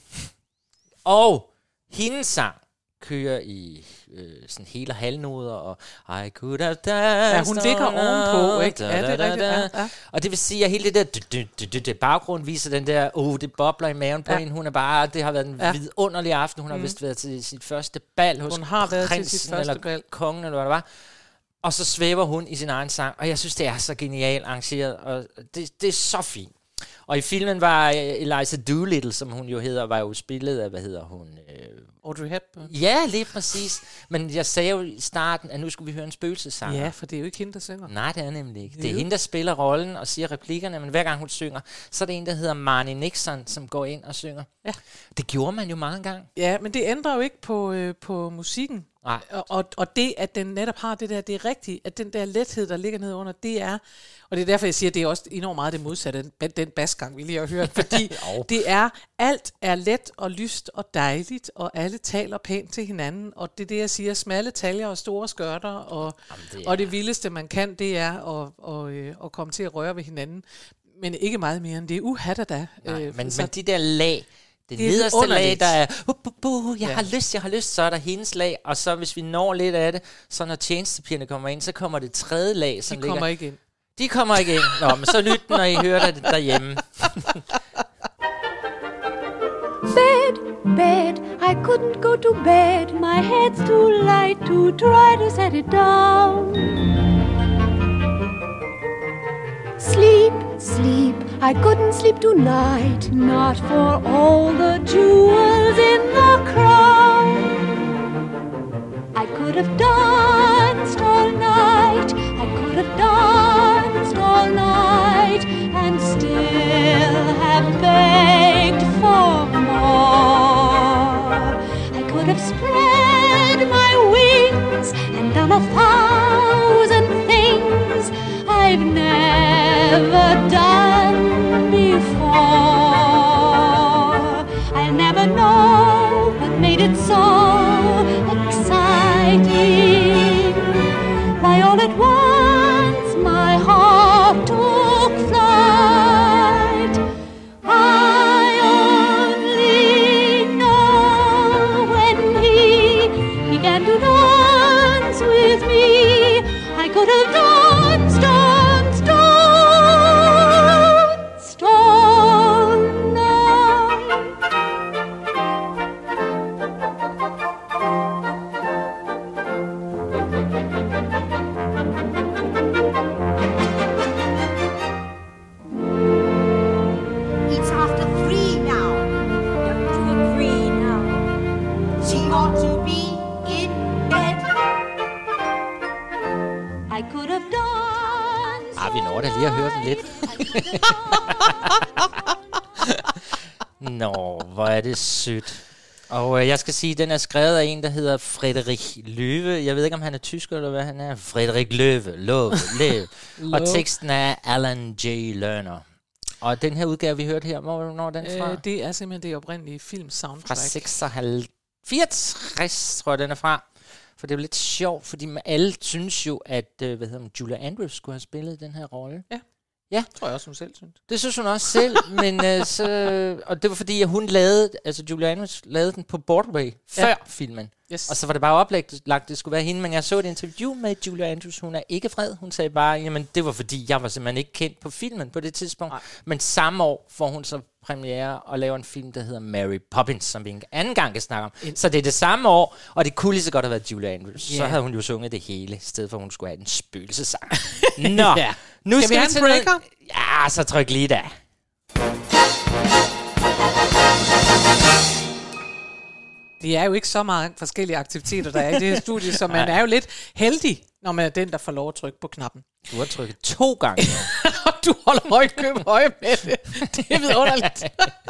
Og hendes sang kører i sådan hele halvnoder, og I could have danced. Ja, hun ligger ovenpå, ikke? Ja, det er rigtigt. Ja. Og det vil sige, at hele det der baggrund viser den der, det bobler i maven på hende. Hun er bare, det har været en vidunderlig aften. Hun har vist været til sit første bal hos prinsen eller kongen, eller hvad det var. Og så svæver hun i sin egen sang, og jeg synes, det er så genialt arrangeret, og det er så fint. Og i filmen var Eliza Doolittle, som hun jo hedder, var jo spillet af, hvad hedder hun? Audrey Hepburn. Ja, lige præcis. Men jeg sagde jo i starten, at nu skulle vi høre en spøgelsessang. Ja, for det er jo ikke hende, der synger. Nej, det er nemlig ikke. Det er hende, der spiller rollen og siger replikkerne, men hver gang hun synger, så er det en, der hedder Marnie Nixon, som går ind og synger. Ja. Det gjorde man jo mange gange. Ja, men det ændrer jo ikke på musikken. Nej. Og det, at den netop har det der, det er rigtigt, at den der lethed, der ligger nede under, det er, og det er derfor, jeg siger, at det er også enormt meget det modsatte, den basgang, vi lige har hørt, fordi det er, alt er let og lyst og dejligt, og alle taler pænt til hinanden, og det er det, jeg siger, smalle taljer og store skørter, og det vildeste, man kan, det er at komme til at røre ved hinanden, men ikke meget mere end det. Da. Men de der lag, det nederste lag, der er, jeg har lyst, så er der hendes lag, og så hvis vi når lidt af det, så når tjenestepigerne kommer ind, så kommer det tredje lag, som ligger... De kommer ikke ind. Nå, men så lyt, når I hører det derhjemme. Bed, I couldn't go to bed, my head's too light to try to set it down. Sleep, I couldn't sleep tonight, not for all the jewels in the crown. I could have danced all night, I could have danced all night, and still have begged for more. I could have spread my wings and done 1,000 things I've never done before. I'll never know what made it so exciting. Why all at once my heart took flight. I only know when he began to dance with me. prøver da lige at høre den lidt. Nå, hvor er det sødt. Og jeg skal sige, at den er skrevet af en, der hedder Frederik Löwe. Jeg ved ikke, om han er tysker, eller hvad han er. Frederik Löwe. Og teksten er Alan J. Lerner. Og den her udgave, vi hørte her, hvornår er den fra? Det er simpelthen det oprindelige film-soundtrack. Fra 64, tror jeg, den er fra. For det er jo lidt sjovt, fordi alle synes jo, at Julia Andrews skulle have spillet den her rolle. Ja, tror jeg også, hun selv synes. Det synes hun også selv, men og det var fordi, at hun Julia Andrews lavede den på Broadway før filmen. Yes. Og så var det bare oplagt, det skulle være hende, men jeg så et interview med Julia Andrews, hun er ikke vred. Hun sagde bare, jamen det var fordi, jeg var simpelthen ikke kendt på filmen på det tidspunkt. Nej. Men samme år får hun så premiere og laver en film, der hedder Mary Poppins, som vi en anden gang kan snakke om. Så det er det samme år, og det kunne lige så godt have været Julia Andrews. Så havde hun jo sunget det hele, i stedet for at hun skulle have den spøgelsesang. Nå, nu skal vi have en breaker? Ja, så tryk lige da. Det er jo ikke så mange forskellige aktiviteter, der er i det her studie, så man er jo lidt heldig, når man er den, der får lov at trykke på knappen. Du har trykket 2 gange. Og du holder høje med det. Det er vidunderligt.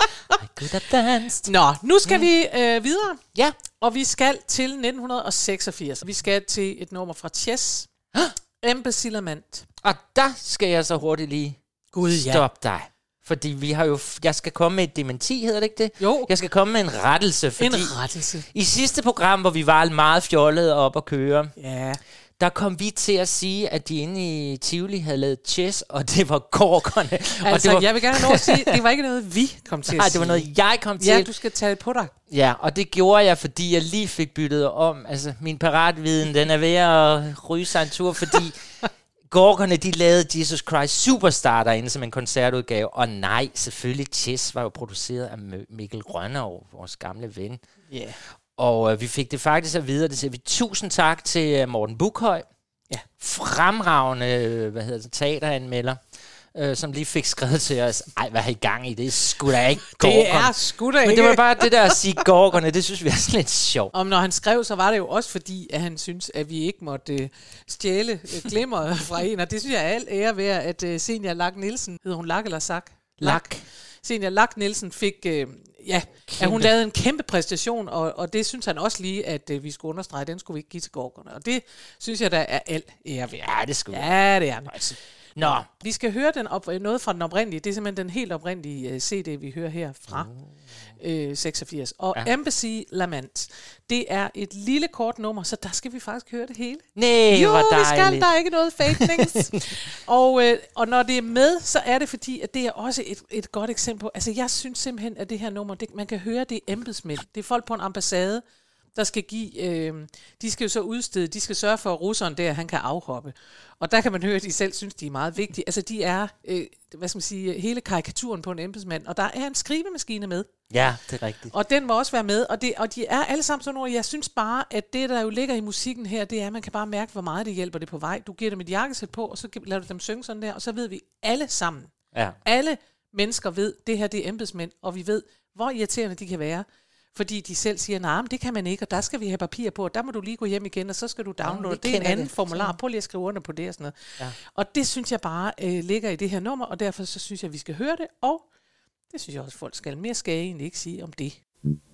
Nå, nu skal vi videre. Ja. Og vi skal til 1986. Vi skal til et nummer fra Chess. Embassy Lament. Og der skal jeg så hurtigt lige stoppe dig. Fordi vi har jo... Jeg skal komme med et dementi, hedder det ikke det? Jo. Jeg skal komme med en rettelse. Fordi en rettelse. I sidste program, hvor vi var meget fjollede op at køre, ja, der kom vi til at sige, at de inde i Tivoli havde lavet Chess, og det var Gorgerne. Altså, og det var jeg vil gerne have lov at sige, det var ikke noget, vi kom til at sige. Nej, det var noget, jeg kom til. Ja, du skal tage det på dig. Ja, og det gjorde jeg, fordi jeg lige fik byttet om. Altså, min paratviden, den er ved at ryge sig en tur, fordi... Gorgerne, de lavede Jesus Christ Superstar derinde som en koncertudgave. Og nej, selvfølgelig, Chess var jo produceret af Mikkel Rønnow, vores gamle ven. Yeah. Og vi fik det faktisk at vide, og det siger vi tusind tak til Morten Bukhøj. Ja. Fremragende, teateranmelder, som lige fik skrevet til os, ej, hvad har I gang i? Det er sgu da ikke Gorgerne. Det er sgu da ikke. Men det var bare det der at sige Gorgerne, det synes vi er sådan lidt sjovt. Når han skrev, så var det jo også fordi, at han synes, at vi ikke måtte stjæle glimmer fra en. Og det synes jeg er alt ære ved, at Senior Lak Nielsen, hedder hun Lak eller Sak? Lak. Senior Lak Nielsen fik, at hun lavede en kæmpe præstation, og det synes han også lige, at vi skulle understrege, den skulle vi ikke give til Gorgerne. Og det synes jeg, der er alt ære ved. Ja, det skulle Ja, det er det. Altså. Nå. Vi skal høre noget fra den oprindelige. Det er simpelthen den helt oprindelige CD, vi hører her fra 86. Og Embassy Lament, det er et lille kort nummer, så der skal vi faktisk høre det hele. Nej, hvor dejligt. Jo, det skal. Der er ikke noget fake things. og når det er med, så er det fordi, at det er også et godt eksempel på. Altså, jeg synes simpelthen, at det her nummer, man kan høre, det er embedsmænd. Det er folk på en ambassade, der skal give, de skal jo så udstede, de skal sørge for, at russeren der, han kan afhoppe. Og der kan man høre, at de selv synes, de er meget vigtige. Altså, de er, hele karikaturen på en embedsmand, og der er en skrivemaskine med. Ja, det er rigtigt. Og den må også være med, og de er alle sammen sådan nogle, jeg synes bare, at det, der jo ligger i musikken her, det er, at man kan bare mærke, hvor meget det hjælper det på vej. Du giver dem et jakkesæt på, og så lader du dem synge sådan der, og så ved vi alle sammen, alle mennesker ved, det her det er embedsmænd, og vi ved, hvor irriterende de kan være. Fordi de selv siger, nej, det kan man ikke, og der skal vi have papir på, og der må du lige gå hjem igen, og så skal du downloade. Det er en anden formular. Prøv lige at skrive under på det og sådan noget. Ja. Og det synes jeg bare ligger i det her nummer, og derfor så synes jeg, at vi skal høre det, og det synes jeg også, folk skal. Mere skal jeg egentlig ikke sige om det.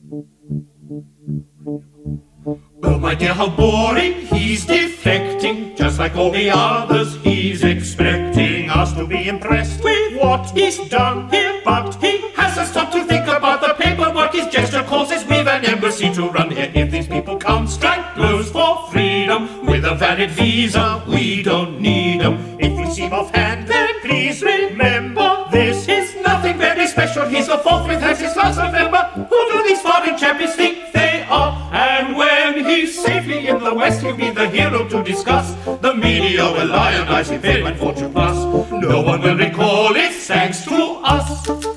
Well, my dear, how boring, he's defecting, just like all the others. He's expecting us to be impressed with what he's done here, but he hasn't stopped to think about the paperwork his gesture causes. We've an embassy to run here. If these people can't strike blows for freedom with a valid visa, we don't need them. If we seem offhand, then please remember this is nothing very special. He's the fourth with us since last November. Who do these foreign champions think they are? And when he's safely in the West, he'll be the hero to discuss. The media will lionize him, fame and fortune plus. No one will recall it thanks to us.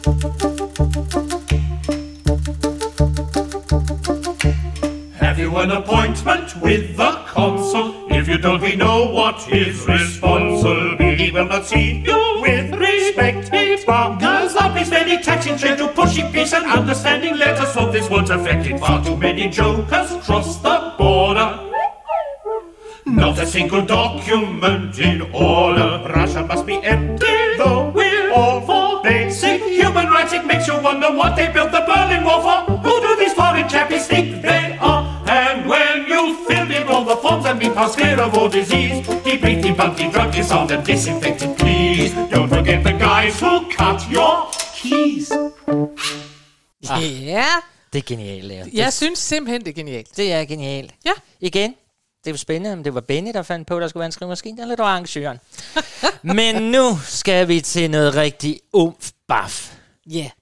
Have you an appointment with the consul? If you don't, we know what his response will be. He will not see you with respect. It buggers up his very taxing trade to pushing peace and understanding. Let us hope this won't affect it. Far too many jokers cross the border. Not a single document in order. Russia must be empty, though we're all for basic human rights. It makes you wonder what they built the Berlin Wall for. Who do these foreign chappies think they are? And when you filled in all the forms and been passed clear of all disease, debrief, debunk, drug, disarmed and disinfected, please. Don't forget the guys who cut your keys. Ja. Det er genialt, Lea. Jeg synes simpelthen, det er genialt. Det er genialt. Ja. Igen, det var spændende, om det var Benny, der fandt på, at der skulle være en skrivemaskine, eller det var arrangøren. Men nu skal vi til noget rigtig umf-baf. Ja.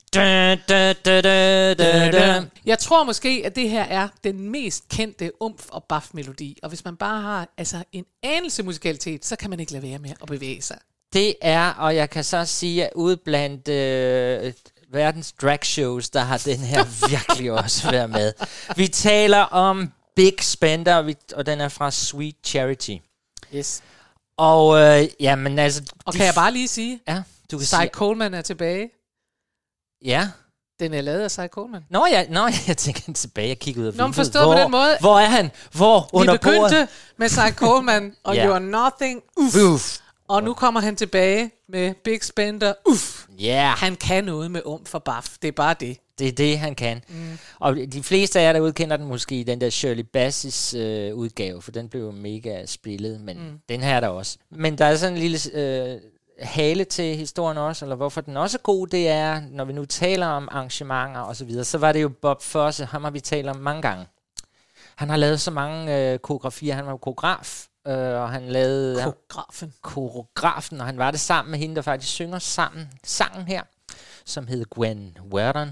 Yeah. Jeg tror måske, at det her er den mest kendte umf- og baf-melodi. Og hvis man bare har en anelse musikalitet, så kan man ikke lade være med at bevæge sig. Det er, og jeg kan så sige, at ude blandt verdens dragshows, der har den her virkelig også været med. Vi taler om Big Spender, og den er fra Sweet Charity. Yes. Og jamen altså... Og kan jeg bare lige sige, ja, du kan Cy sige... Coleman er tilbage. Ja. Den er lavet af Cy Coleman. Nå, jeg tænker tilbage. Jeg kigger ud af vinduet. Forstået på den måde. Hvor er han? Hvor under bordet? Vi begyndte med Cy Coleman og Yeah. You're Nothing. Og nu kommer han tilbage med Big Spender. Han kan noget med for baf. Det er bare det. Det er det, han kan. Mm. Og de fleste af jer derude kender den måske i den der Shirley Bassey's udgave, for den blev jo mega spillet, men den her er der også. Men der er sådan en lille hale til historien også, eller hvorfor den også er god, det er, når vi nu taler om arrangementer og så videre, så var det jo Bob Fosse, ham har vi talt om mange gange. Han har lavet så mange koreografier, han var jo koreograf, og han lavede... Koreografen, og han var det sammen med hende, der faktisk synger sangen her, som hed Gwen Verdon.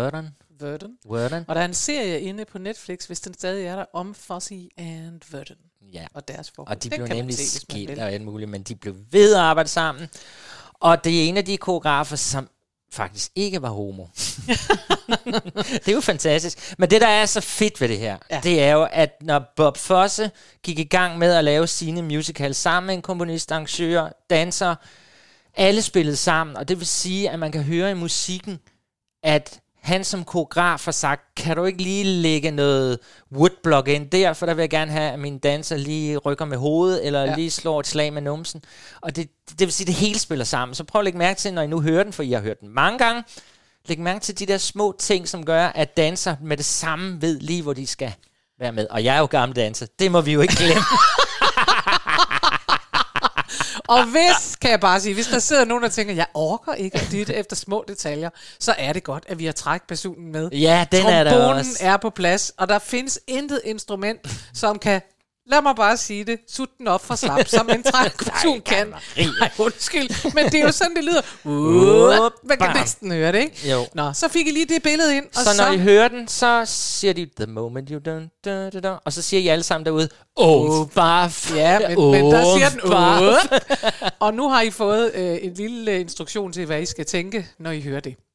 Og der er en serie inde på Netflix, hvis den stadig er der, om Fosse and Verdon. Ja. Og deres forhold. Og de blev nemlig skilt og alt muligt, men de blev ved at arbejde sammen. Og det er en af de koreografer, som faktisk ikke var homo. Det er jo fantastisk. Men det, der er så fedt ved det her, det er jo, at når Bob Fosse gik i gang med at lave sine musicals sammen med en komponist, arrangør, danser, alle spillede sammen, og det vil sige, at man kan høre i musikken, at han som koreograf har sagt, kan du ikke lige lægge noget woodblock ind der, for der vil jeg gerne have, at mine danser lige rykker med hovedet, eller lige slår et slag med numsen. Og det vil sige, at det hele spiller sammen. Så prøv at lægge mærke til, når I nu hører den, for I har hørt den mange gange, læg mærke til de der små ting, som gør, at danser med det samme ved lige, hvor de skal være med. Og jeg er jo gammel danser. Det må vi jo ikke glemme. Og kan jeg bare sige, hvis der sidder nogen, der tænker, jeg orker ikke at dytte efter små detaljer, så er det godt, at vi har trækbasunen med. Ja, den er der også. Trombonen er på plads, og der findes intet instrument, som kan, lad mig bare sige det, sutte den op fra slap, som en trækbasun kan. Nej, undskyld, men det er jo sådan, det lyder. Man kan næsten høre det, ikke? Jo. Nå, så fik I lige det billede ind. Og så når I hører den, så siger de, the moment you done, og så siger I alle sammen derude, baf. Ja, men der siger den, og nu har I fået en lille instruktion til, hvad I skal tænke, når I hører det.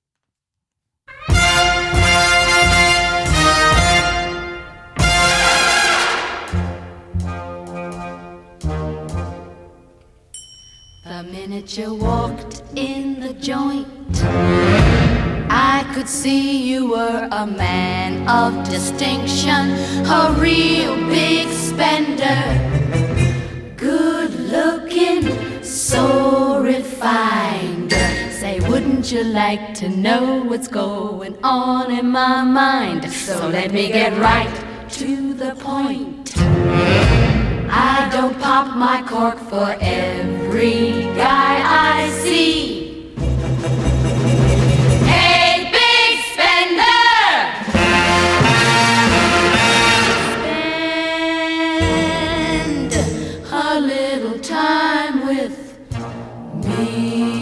The minute you walked in the joint, I could see you were a man of distinction, a real big spender, good looking, so refined. Say, wouldn't you like to know what's going on in my mind? So let me get right to the point. I don't pop my cork for every guy I see. Hey, big spender! Spend a little time with me.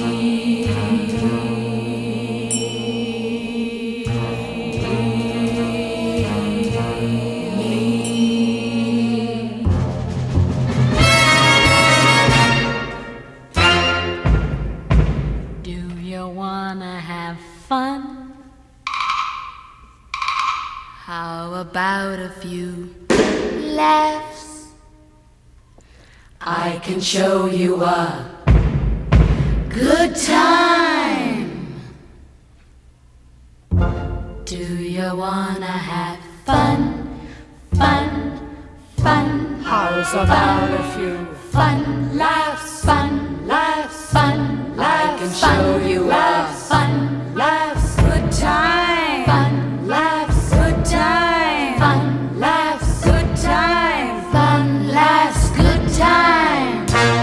Fun. How about a few laughs? I can show you a good time. Do you wanna have fun? Fun, fun. How knows about a few fun laughs, fun laughs, fun laughs. I can show you laughs, fun laughs, good time, fun laughs, good time, fun laughs, good time, fun laughs, good time.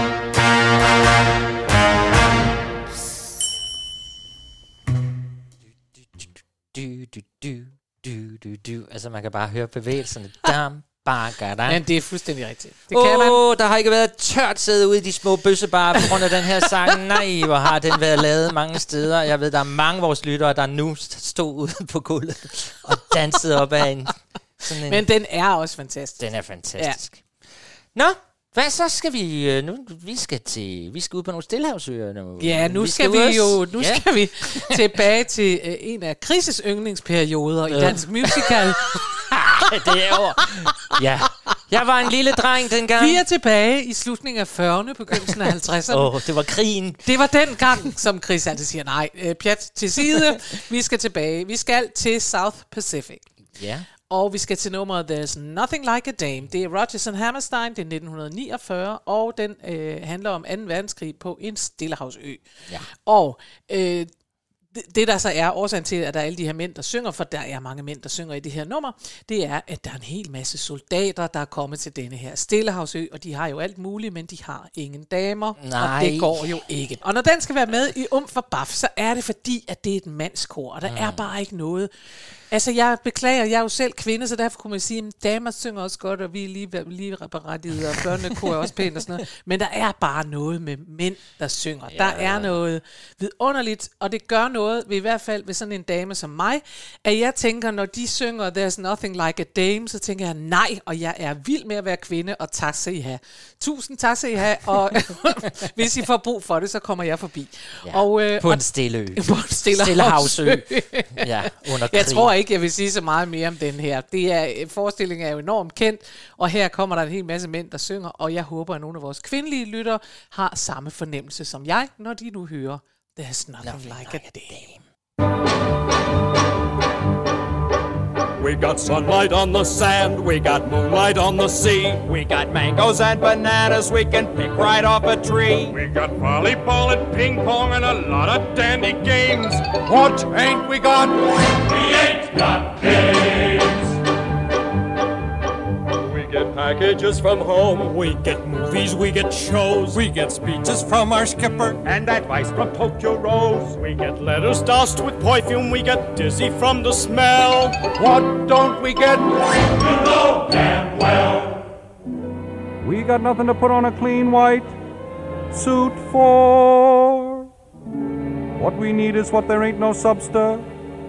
Du. Altså, man kan bare høre bevægelserne. Dam, bagadam. Men det er fuldstændig rigtigt. Det kan man. Der har ikke været tørt sæde ude i de små bøssebarer på grund af den her sang. Nej, hvor har den været lavet mange steder. Jeg ved, der er mange af vores lyttere, der nu stod ude på gulvet og dansede op af en... Men den er også fantastisk. Den er fantastisk. Ja. Nå, hvad så skal vi nu? Vi skal ud på nogle stillehavsøer nu. Ja, nu skal vi tilbage til en af Chris' yndlingsperioder i dansk musical. Det er over. Ja. Jeg var en lille dreng dengang. Vi er tilbage i slutningen af 40'erne, begyndelsen af 50'erne. Det var krigen. Det var den gang, som Chris altid siger, nej, pjat til side. Vi skal tilbage. Vi skal til South Pacific. Ja. Og vi skal til nummeret There's Nothing Like a Dame. Det er Rodgers and Hammerstein, det er 1949, og den handler om 2. verdenskrig på en stillehavsø. Ja. Og det der så er årsagen til, at der er alle de her mænd, der synger, for der er mange mænd, der synger i det her nummer, det er, at der er en hel masse soldater, der er kommet til denne her stillehavsø, og de har jo alt muligt, men de har ingen damer, og det går jo ikke. Og når den skal være med i for Baf, så er det fordi, at det er et mandskor, og der er bare ikke noget. Altså, jeg beklager, jeg er jo selv kvinde, så derfor kunne man sige, at damer synger også godt, og vi er lige berettigede, og børnekor er også pænt og sådan noget. Men der er bare noget med mænd, der synger. Ja. Der er noget vidunderligt, og det gør noget, i hvert fald ved sådan en dame som mig, at jeg tænker, når de synger There's Nothing Like a Dame, så tænker jeg, nej, og jeg er vild med at være kvinde, og tak skal I have. Tusind tak skal I have, og hvis I får brug for det, så kommer jeg forbi. Ja, og, på en stille ø. På en stillehavsø. Ja, under krig. Jeg tror ikke, jeg vil sige så meget mere om den her. Forestillingen er jo enormt kendt, og her kommer der en hel masse mænd, der synger, og jeg håber, at nogle af vores kvindelige lyttere har samme fornemmelse som jeg, når de nu hører There's Nothing Like a Dame. We got sunlight on the sand, we got moonlight on the sea. We got mangoes and bananas we can pick right off a tree. We got volleyball and ping pong and a lot of dandy games. What ain't we got? We ain't got games. We get packages from home, we get movies, we get shows. We get speeches from our skipper and advice from Tokyo Rose. We get letters doused with perfume, we get dizzy from the smell. What don't we get? You know damn well. We got nothing to put on a clean white suit for. What we need is what there ain't no substitute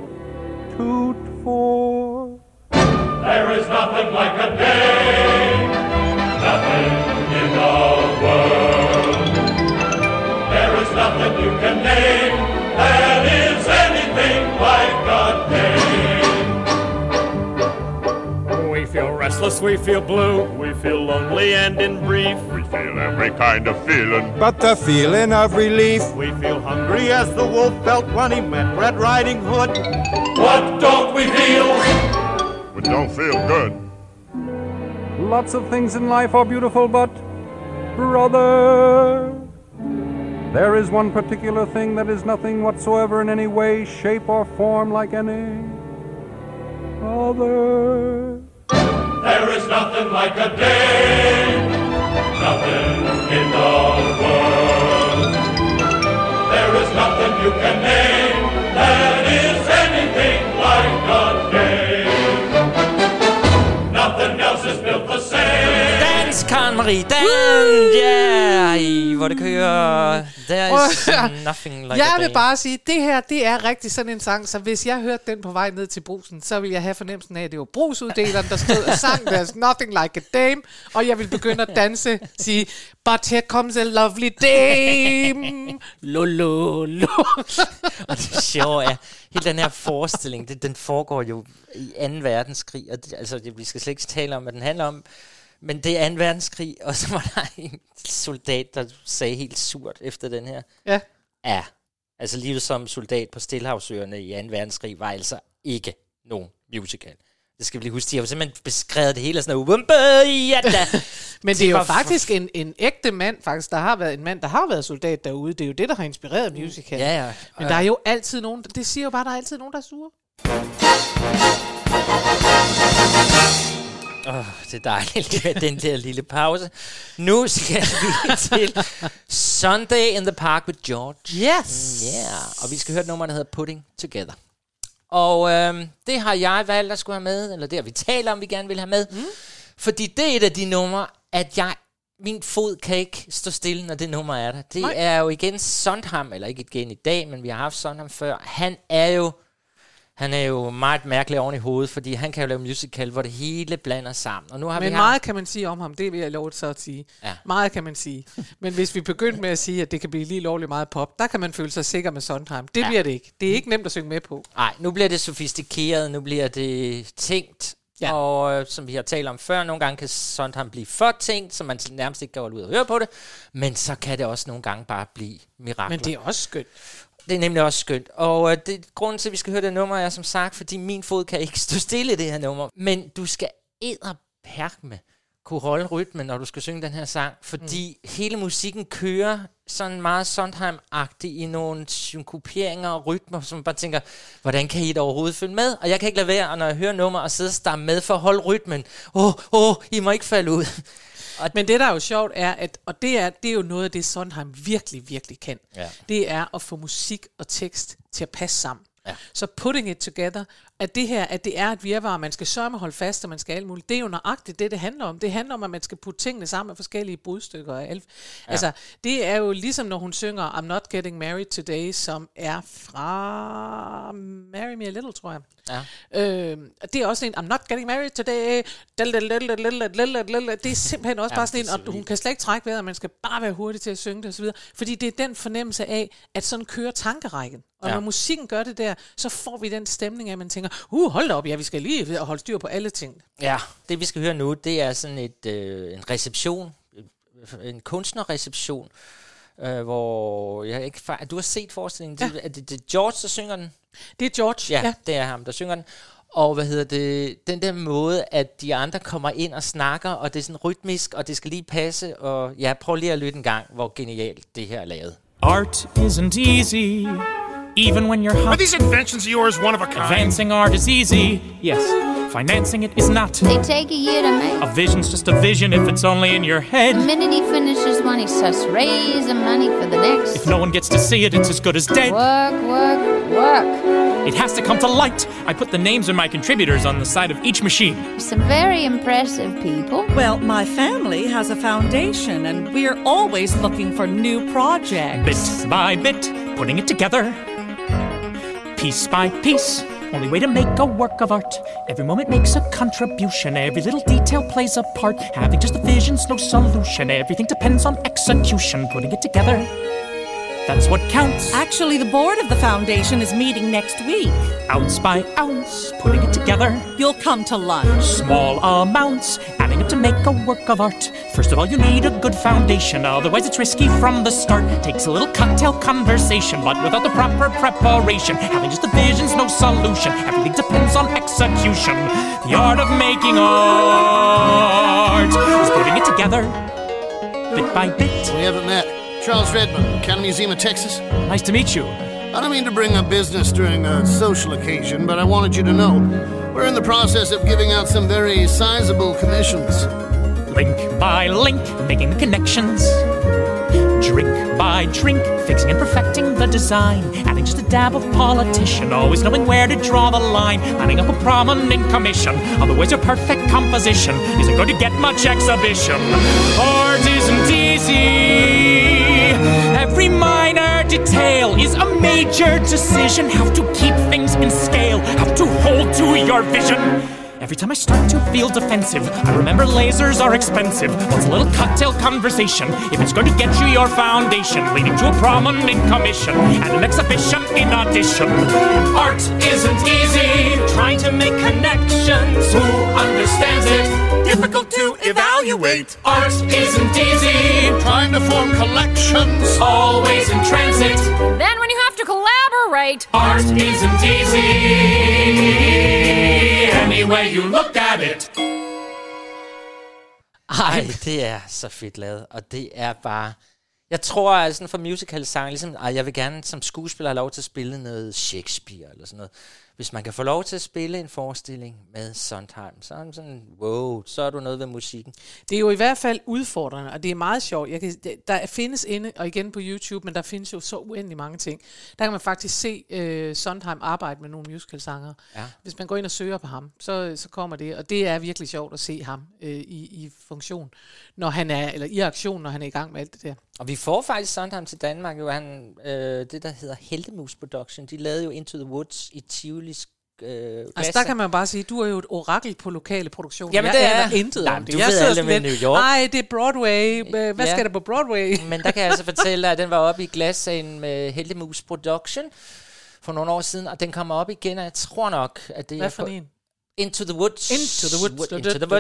for. There is nothing like a dame, nothing in the world. There is nothing you can name that is anything like a dame. We feel restless, we feel blue, we feel lonely and in brief. We feel every kind of feeling, but the feeling of relief. We feel hungry as the wolf felt when he met Red Riding Hood. What don't we feel? But don't feel good. Lots of things in life are beautiful, but brother, there is one particular thing that is nothing whatsoever in any way, shape, or form like any other. There is nothing like a dame, nothing in the world. There is nothing you can name that is anything like a dame. Nothing else is built the same. Dans, Karen Marie, dans! Yeah! Hvor det kører. There is nothing like Jeg a vil dame. bare sige, det her, det er rigtig sådan en sang, så hvis jeg hørte den på vej ned til Brugsen, så ville jeg have fornemmelsen af, at det var brugsuddeleren, der stod og sang There's Nothing Like a Dame, og jeg ville begynde at danse, sige, but here comes a lovely dame. Lo, lo, lo. Og det sjove er, hele den her forestilling, den foregår jo i 2. verdenskrig, og vi skal slet ikke tale om, hvad den handler om, men det er 2. verdenskrig, og så var der en soldat, der sagde helt surt efter den her. Ja. Ja, altså livet som soldat på Stillehavsøerne i 2. verdenskrig var altså ikke nogen musical. Det skal vi lige huske. De har jo simpelthen beskrevet det hele sådan noget. Men det er jo faktisk en ægte mand, faktisk, der har været en mand, der har været soldat derude. Det er jo det, der har inspireret musical. Ja. Men der er jo altid nogen, det siger jo bare, der er altid nogen, der er sure. Det er dejligt med den der lille pause. Nu skal vi til Sunday in the Park with George. Yes! Yeah. Og vi skal høre et nummer, der hedder Putting Together. Og det har jeg valgt at skulle have med, eller det har vi talt om, vi gerne vil have med. Fordi det er et af de numre, at min fod kan ikke stå stille, når det nummer er der. Det er jo igen Sondheim, eller ikke igen i dag, men vi har haft Sondheim før. Han er jo meget mærkelig oven i hovedet, fordi han kan jo lave musical, hvor det hele blander sammen. Og nu har meget kan man sige om ham, det vil jeg lov så at sige. Ja. Meget kan man sige. Men hvis vi begyndte med at sige, at det kan blive lige lovligt meget pop, der kan man føle sig sikker med Sondheim. Det bliver det ikke. Det er ikke nemt at synge med på. Nej, nu bliver det sofistikeret, nu bliver det tænkt. Ja. Og som vi har talt om før, nogle gange kan Sondheim blive for tænkt, så man nærmest ikke kan holde ud og høre på det. Men så kan det også nogle gange bare blive mirakler. Men det er også skønt. Det er nemlig også skønt. Og grunden til, at vi skal høre det nummer, er som sagt, fordi min fod kan ikke stå stille i det her nummer. Men du skal edderperkme kunne holde rytmen, når du skal synge den her sang. Fordi hele musikken kører sådan meget Sondheim-agtigt i nogle synkoperinger og rytmer, som man bare tænker, hvordan kan I det overhovedet følge med? Og jeg kan ikke lade være, når jeg hører nummer, og sidde og stamme med for at holde rytmen. I må ikke falde ud. Men det, der er jo sjovt, er, at, og det er jo noget af det, Sondheim virkelig, virkelig kan. Ja. Det er at få musik og tekst til at passe sammen. Ja. Så Putting It Together, at det er et virvar, man skal sørge holde fast, og man skal alt muligt. Det er jo nøjagtigt det handler om. Det handler om, at man skal putte tingene sammen med forskellige brudstykker. Altså, det er jo ligesom, når hun synger I'm Not Getting Married Today, som er fra Marry Me A Little, tror jeg. Ja. Det er også en, I'm not getting married today. Det er simpelthen også bare sådan en, og hun kan slet ikke trække vejret, og man skal bare være hurtig til at synge det osv. Fordi det er den fornemmelse af, at sådan kører tankerækken. Og når musikken gør det der, så får vi den stemning af, at man tænker, hold da op, vi skal lige holde styr på alle ting. Ja, det vi skal høre nu, det er sådan en reception, en kunstnerreception, hvor jeg ikke du har set forestillingen, er det George, der synger den? Det er George, ja. Det er ham, der synger den. Og den der måde, at de andre kommer ind og snakker, og det er sådan rytmisk, og det skal lige passe, og prøv lige at lytte en gang, hvor genialt det her er lavet. Art isn't easy, even when you're hot. Are these inventions of yours one of a kind? Advancing art is easy, yes. Financing it is not. They take a year to make. A vision's just a vision if it's only in your head. The minute he finishes one, he starts raising money for the next. If no one gets to see it, it's as good as dead. Work. It has to come to light. I put the names of my contributors on the side of each machine. Some very impressive people. Well, my family has a foundation, and we're always looking for new projects. Bit by bit, putting it together. Piece by piece. Only way to make a work of art. Every moment makes a contribution. Every little detail plays a part. Having just a vision's no solution. Everything depends on execution. Putting it together, that's what counts. Actually, the board of the foundation is meeting next week. Ounce by ounce, putting it together. You'll come to lunch. Small amounts, adding up to make a work of art. First of all, you need a good foundation. Otherwise, it's risky from the start. Takes a little cocktail conversation, but without the proper preparation, having just a vision's no solution. Everything depends on execution. The art of making art is putting it together, bit by bit. We haven't met. Charles Redmond, County Museum of Texas. Nice to meet you. I don't mean to bring up business during a social occasion, but I wanted you to know we're in the process of giving out some very sizable commissions. Link by link, making the connections. Drink by drink, fixing and perfecting the design. Adding just a dab of politician, always knowing where to draw the line. Lining up a prominent commission, otherwise your perfect composition isn't going to get much exhibition. Art isn't easy. Every minor detail is a major decision. Have to keep things in scale, have to hold to your vision. Every time I start to feel defensive, I remember lasers are expensive. What's a little cocktail conversation if it's going to get you your foundation, leading to a prominent commission and an exhibition in audition? Art isn't easy, trying to make connections. Who understands it? Difficult to evaluate. Art isn't easy, trying to form collections. Always in transit. Then when you have to collaborate, art isn't easy. any way you look at it. Ej, det er så fedt lavet, og det er bare... Jeg tror, at sådan for musical-sang, ligesom, jeg vil gerne som skuespiller have lov til at spille noget Shakespeare eller sådan noget. Hvis man kan få lov til at spille en forestilling med Sondheim, så er det sådan, wow, så er du noget ved musikken. Det er jo i hvert fald udfordrende, og det er meget sjovt. Der findes inde, og igen på YouTube, men der findes jo så uendelig mange ting. Der kan man faktisk se Sondheim arbejde med nogle musical-sangere. Ja. Hvis man går ind og søger på ham, så kommer det, og det er virkelig sjovt at se ham i funktion, når han er, eller i aktion, når han er i gang med alt det der. Og vi får faktisk Sondheim til Danmark, jo det der hedder Heltemus Production, de lavede jo Into the Woods i Tivolis altså der kan man bare sige, du er jo et orakel på lokale produktioner. Jamen det er intet om det. Du ved alt det med New York. Nej, det er Broadway. Hvad skal der på Broadway? Men der kan jeg altså fortælle dig, at den var oppe i Glassagen med Heltemus Production for nogle år siden, og den kommer op igen, og jeg tror nok, at det Hvad for en? Into the Woods. Into the Woods.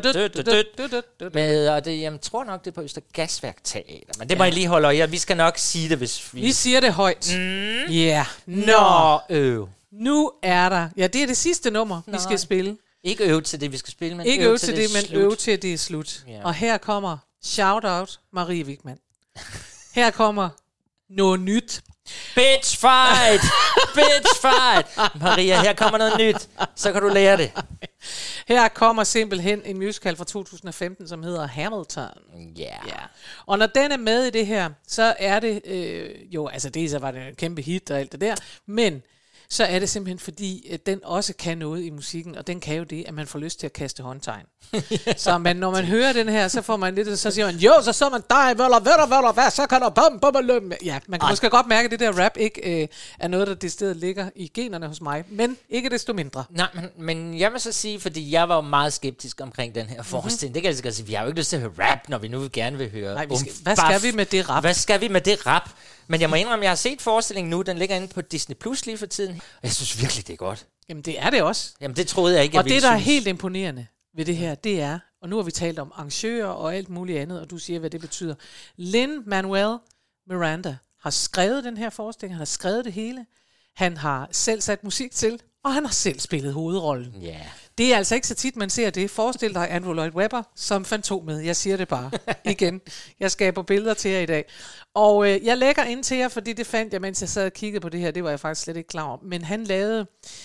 Og det, jeg tror nok, det er på Øster Gasværk Teater. Men det må jeg lige holde øje. Vi skal nok sige det, hvis vi... Vi siger det højt. Ja. Nå. Nu er der... Ja, det er det sidste nummer, vi skal spille. Ikke øve til det, vi skal spille, men ikke øve til det, men øve til det er slut. Ja. Og her kommer Shout Out Marie Wigman. Her kommer noget nyt. Bitch fight! Bitch fight! Maria, her kommer noget nyt. Så kan du lære det. Her kommer simpelthen en musical fra 2015, som hedder Hamilton. Yeah. Og når den er med i det her, så er det jo, altså det så var det en kæmpe hit og alt det der, men så er det simpelthen fordi, at den også kan noget i musikken, og den kan jo det, at man får lyst til at kaste håndtegn. Så når man hører den her, så får man lidt, så siger man, jo, så man dig, hvad, så kan der bum. Ja, man kan måske godt mærke, at det der rap ikke er noget, der det sted ligger i generne hos mig, men ikke desto mindre. Nej, men jeg vil så sige, fordi jeg var jo meget skeptisk omkring den her forestilling. Det kan jeg så godt sige, vi har jo ikke lyst til at høre rap, når vi nu gerne vil høre. Nej, hvad skal vi med det rap? Hvad skal vi med det rap? Men jeg må indrømme, jeg har set forestillingen nu, den ligger inde på Disney Plus lige for tiden, og jeg synes virkelig, det er godt. Jamen det er det også. Jamen det troede jeg ikke, jeg ville synes. Og det, der er helt imponerende ved det her, det er, og nu har vi talt om arrangører og alt muligt andet, og du siger, hvad det betyder. Lin-Manuel Miranda har skrevet den her forestilling, han har skrevet det hele, han har selv sat musik til, og han har selv spillet hovedrollen. Yeah. Det er altså ikke så tit, man ser det. Forestil dig Andrew Lloyd Webber som Fantomet. Jeg siger det bare igen. Jeg skaber billeder til jer i dag. Og jeg lægger ind til jer, fordi det fandt jeg, mens jeg sad og kiggede på det her. Det var jeg faktisk slet ikke klar om. Men han lavede,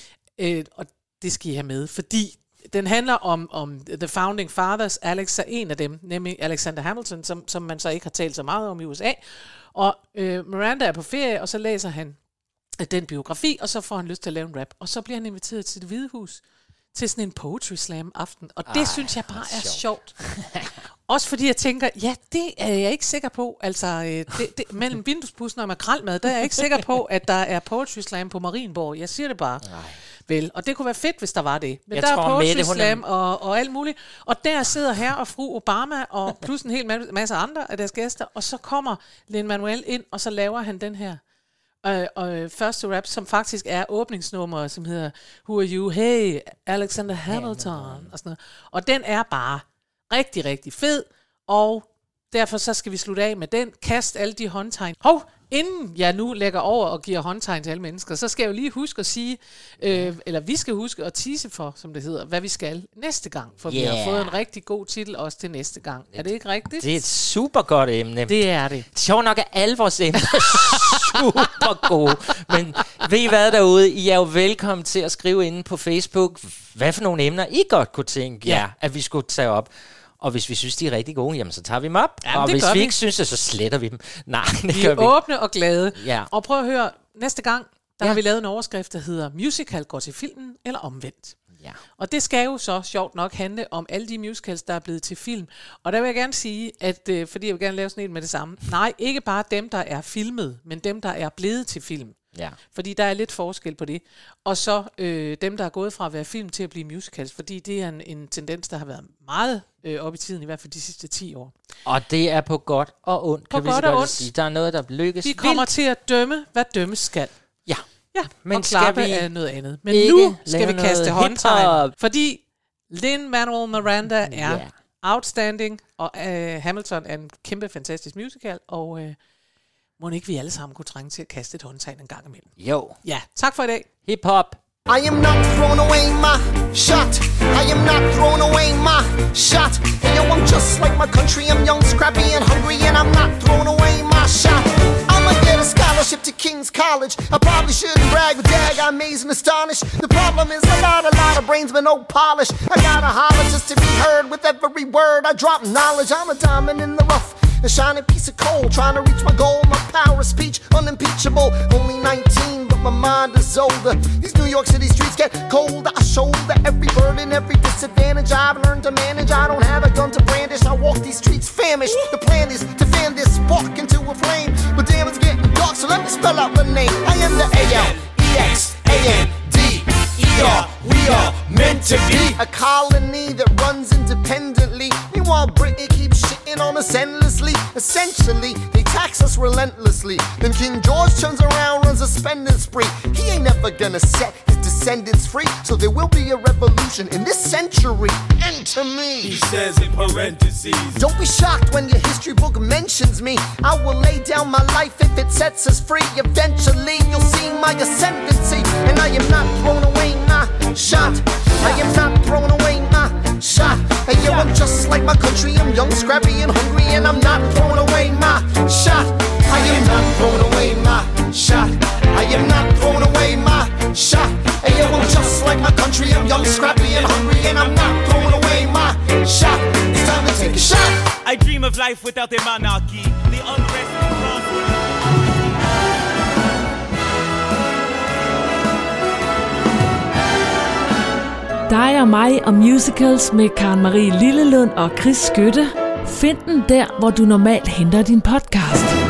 og det skal I have med, fordi den handler om The Founding Fathers. Alex er en af dem, nemlig Alexander Hamilton, som man så ikke har talt så meget om i USA. Og Miranda er på ferie, og så læser han den biografi, og så får han lyst til at lave en rap. Og så bliver han inviteret til Det Hvide Hus til sådan en poetry slam aften. Og det synes jeg bare er sjovt. Også fordi jeg tænker, ja, det er jeg ikke sikker på. Altså, mellem vinduespussen og makrelmad, der er jeg ikke sikker på, at der er poetry slam på Marienborg. Jeg siger det bare. Vel, og det kunne være fedt, hvis der var det. Men jeg der er poetry slam og alt muligt. Og der sidder her og fru Obama, og plus en hel masse andre af deres gæster. Og så kommer Lin-Manuel ind, og så laver han den her og første rap, som faktisk er åbningsnummer, som hedder Who Are You? Hey, Alexander Hamilton. Og sådan noget. Og den er bare rigtig, rigtig fed, og derfor så skal vi slutte af med den. Kast alle de håndtegn. Inden jeg nu lægger over og giver håndtegn til alle mennesker, så skal jeg jo lige huske at sige, eller vi skal huske at tease for, som det hedder, hvad vi skal næste gang. For vi har fået en rigtig god titel også til næste gang. Er det ikke rigtigt? Det er et super godt emne. Det er det. Sjovt nok er alle vores emner super gode. Men ved I hvad derude? I er jo velkommen til at skrive inde på Facebook, hvad for nogle emner I godt kunne tænke jer, at vi skulle tage op. Og hvis vi synes, de er rigtig gode, jamen, så tager vi dem op. Jamen, og hvis vi ikke synes det, så sletter vi dem. Nej, det gør vi. Vi er åbne og glade. Ja. Og prøv at høre, næste gang, der har vi lavet en overskrift, der hedder Musical går til filmen, eller omvendt. Ja. Og det skal jo så sjovt nok handle om alle de musicals, der er blevet til film. Og der vil jeg gerne sige, at fordi jeg vil gerne lave sådan en med det samme. Nej, ikke bare dem, der er filmet, men dem, der er blevet til film. Ja. Fordi der er lidt forskel på det. Og så dem, der er gået fra at være film til at blive musicals. Fordi det er en tendens, der har været meget op i tiden, i hvert fald de sidste 10 år. Og det er på godt og ondt, kan vi så godt sige. Der er noget, der lykkes. Vi kommer til at dømme, hvad dømmes skal. Ja. Men og klappe er noget andet. Men nu skal vi kaste håndtegn. Fordi Lin-Manuel Miranda er outstanding, og Hamilton er en kæmpe fantastisk musical, og må ikke vi alle sammen kunne trænge til at kaste et håndtegn en gang imellem. Jo. Ja, tak for i dag. Hip hop. I am not throwing away my shot. I am not throwing away my shot. And yo, I'm just like my country. I'm young, scrappy, and hungry, and I'm not throwing away my shot. I'ma get a scholarship to King's College. I probably shouldn't brag, but dag, I'm amazed and astonished. The problem is a lot of brains, but no polish. I gotta holler just to be heard with every word. I drop knowledge. I'm a diamond in the rough, a shining piece of coal, trying to reach my goal. My power of speech, unimpeachable. Only 19, but my mind is older. These New York City streets get colder. I shoulder every burden, every disadvantage I've learned to manage. I don't have a gun to brandish. I walk these streets famished. The plan is to fan this spark into a flame. But damn, it's getting dark, so let me spell out the name. I am the A-L-E-X-A-N-D-E-R. We are meant to be a colony that runs independently. Meanwhile, Britain keeps shitting on us endlessly. Essentially, they tax us relentlessly. Then King George turns around, runs a spending spree. He ain't never gonna set his descendants free. So there will be a revolution in this century. Enter me, he says in parentheses. Don't be shocked when your history book mentions me. I will lay down my life if it sets us free. Eventually, you'll see my ascendancy. And I am not throwing away my shot. I am not throwing away my shot. And yo, I'm just like my country. I'm young, scrappy, and hungry, and I'm not throwing away my shot. I am not throwing away my shot. I am not throwing away my shot. And yo, I'm just like my country. I'm young, scrappy, and hungry, and I'm not throwing away my shot. It's time to take a shot. I dream of life without the monarchy, the unrest. Dig og mig og musicals med Karen Marie Lillelund og Chris Skytte. Find den der, hvor du normalt henter din podcast.